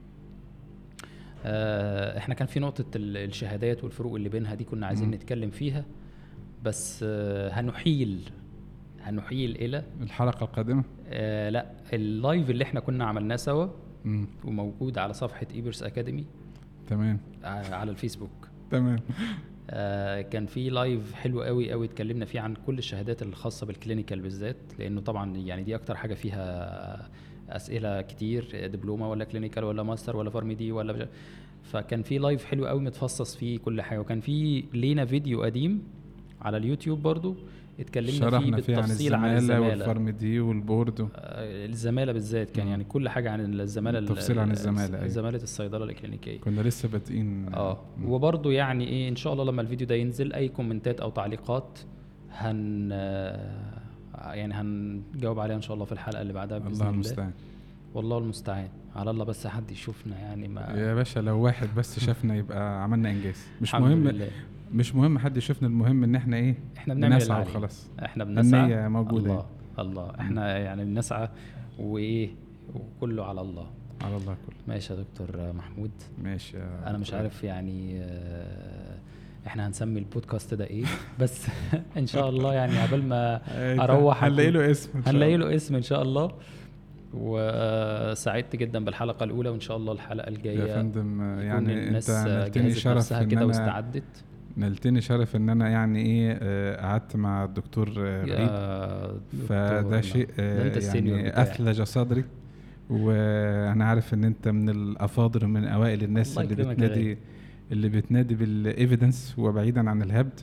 Speaker 1: آه احنا كان في نقطه ال- الشهادات والفروق اللي بينها دي كنا عايزين
Speaker 2: مم.
Speaker 1: نتكلم فيها، بس آه هنحيل هنحيل الى
Speaker 2: الحلقه القادمه.
Speaker 1: آه لا اللايف اللي احنا كنا عملناه سوا
Speaker 2: مم.
Speaker 1: وموجود على صفحه ايبرس اكاديمي
Speaker 2: تمام
Speaker 1: على الفيسبوك.
Speaker 2: تمام.
Speaker 1: آه كان في لايف حلو قوي قوي اتكلمنا فيه عن كل الشهادات الخاصه بالكلينيكال بالذات، لانه طبعا يعني دي اكتر حاجه فيها اسئله كتير، دبلومه ولا كلينيكال ولا ماستر ولا فارميدي ولا بجا. فكان في لايف حلو قوي متفصص فيه كل حاجه، وكان في لينا فيديو قديم على اليوتيوب برضو اتكلمنا فيه بالتفصيل عن الزماله
Speaker 2: والفارميدي والبورد و...
Speaker 1: الزماله بالذات كان يعني كل حاجه عن الزماله،
Speaker 2: التفصيل عن الزماله،
Speaker 1: زماله الصيدله الكلينيكيه
Speaker 2: كنا لسه بادئين.
Speaker 1: اه وبرضو يعني ايه ان شاء الله لما الفيديو ده ينزل اي كومنتات او تعليقات هن يعني هنجاوب عليها ان شاء الله في الحلقه اللي بعدها باذن الله.
Speaker 2: الله المستعان.
Speaker 1: والله المستعان، على الله بس حد يشوفنا يعني. ما
Speaker 2: يا باشا لو واحد بس شافنا يبقى عملنا انجاز. مش
Speaker 1: الحمد
Speaker 2: مهم
Speaker 1: لله.
Speaker 2: مش مهم حد يشوفنا، المهم ان احنا ايه
Speaker 1: احنا بنعمل
Speaker 2: بنسعى
Speaker 1: اللي
Speaker 2: وخلاص.
Speaker 1: احنا بنسعى،
Speaker 2: النية موجودة.
Speaker 1: الله الله احنا يعني بنسعى وايه وكله على الله.
Speaker 2: على الله كله.
Speaker 1: ماشي يا دكتور محمود.
Speaker 2: ماشي.
Speaker 1: انا مش عارف يعني احنا هنسمي البودكاست ده ايه بس ان شاء الله يعني قبل ما اروح
Speaker 2: هنلاقي له اسم
Speaker 1: هنلاقي له اسم ان شاء الله. وسعدت جدا بالحلقه الاولى، وان شاء الله الحلقه الجايه
Speaker 2: يا فندم يعني
Speaker 1: الناس
Speaker 2: انت نلتني شرف ان
Speaker 1: كده
Speaker 2: انا
Speaker 1: واستعدت.
Speaker 2: نلتني شرف ان انا يعني ايه قعدت مع الدكتور غريب، فده شيء يعني اثلج صدري. وانا عارف ان انت من الافاضل ومن اوائل الناس اللي بتنادي اللي بتنادي بالايفيدنس وبعيدا عن الهبد،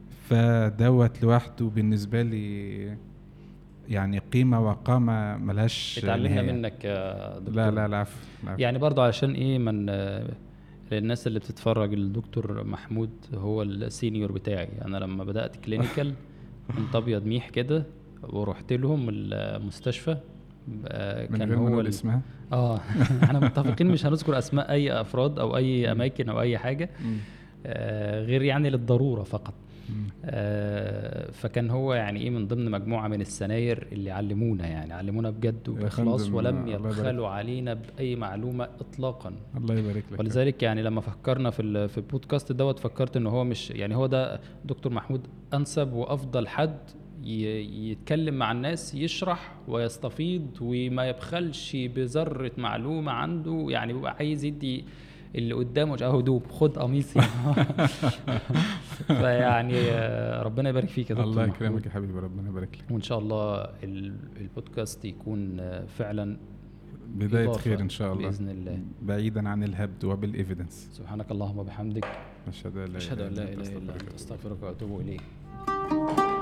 Speaker 2: فدوت لوحده بالنسبه لي يعني قيمه وقامه ملهاش.
Speaker 1: اتعلمنا منك يا دكتور.
Speaker 2: لا لا العفو.
Speaker 1: يعني برضو علشان ايه من للناس اللي بتتفرج، الدكتور محمود هو السينيور بتاعي. انا لما بدات كلينيكال كنت ابيض ميح كده ورحت لهم المستشفى
Speaker 2: كان هو اللي اسمها
Speaker 1: اه احنا متفقين مش هنذكر اسماء اي افراد او اي اماكن او اي حاجه آه غير يعني للضروره فقط. آه فكان هو يعني ايه من ضمن مجموعه من السناير اللي علمونا يعني علمونا بجد وباخلاص ولم يبخلوا علينا باي معلومه اطلاقا.
Speaker 2: الله يبارك لك.
Speaker 1: ولذلك يعني لما فكرنا في في البودكاست دوت فكرت ان هو مش يعني هو ده دكتور محمود انسب وافضل حد يتكلم مع الناس، يشرح ويستفيض وما يبخلش بذره معلومه عنده. يعني بيبقى عايز يدي اللي قدامه اهو دوب خد قميصي فيعني ربنا يبارك فيك يا دكتور.
Speaker 2: الله يكرمك يا حبيبي، ربنا يبارك لك.
Speaker 1: وان شاء الله البودكاست يكون فعلا
Speaker 2: بدايه خير ان شاء الله
Speaker 1: باذن الله،
Speaker 2: بعيدا عن الهبد وبالايفيدنس.
Speaker 1: سبحانك اللهم وبحمدك
Speaker 2: اشهد ان لا
Speaker 1: اله الا انت استغفرك واتوب اليك.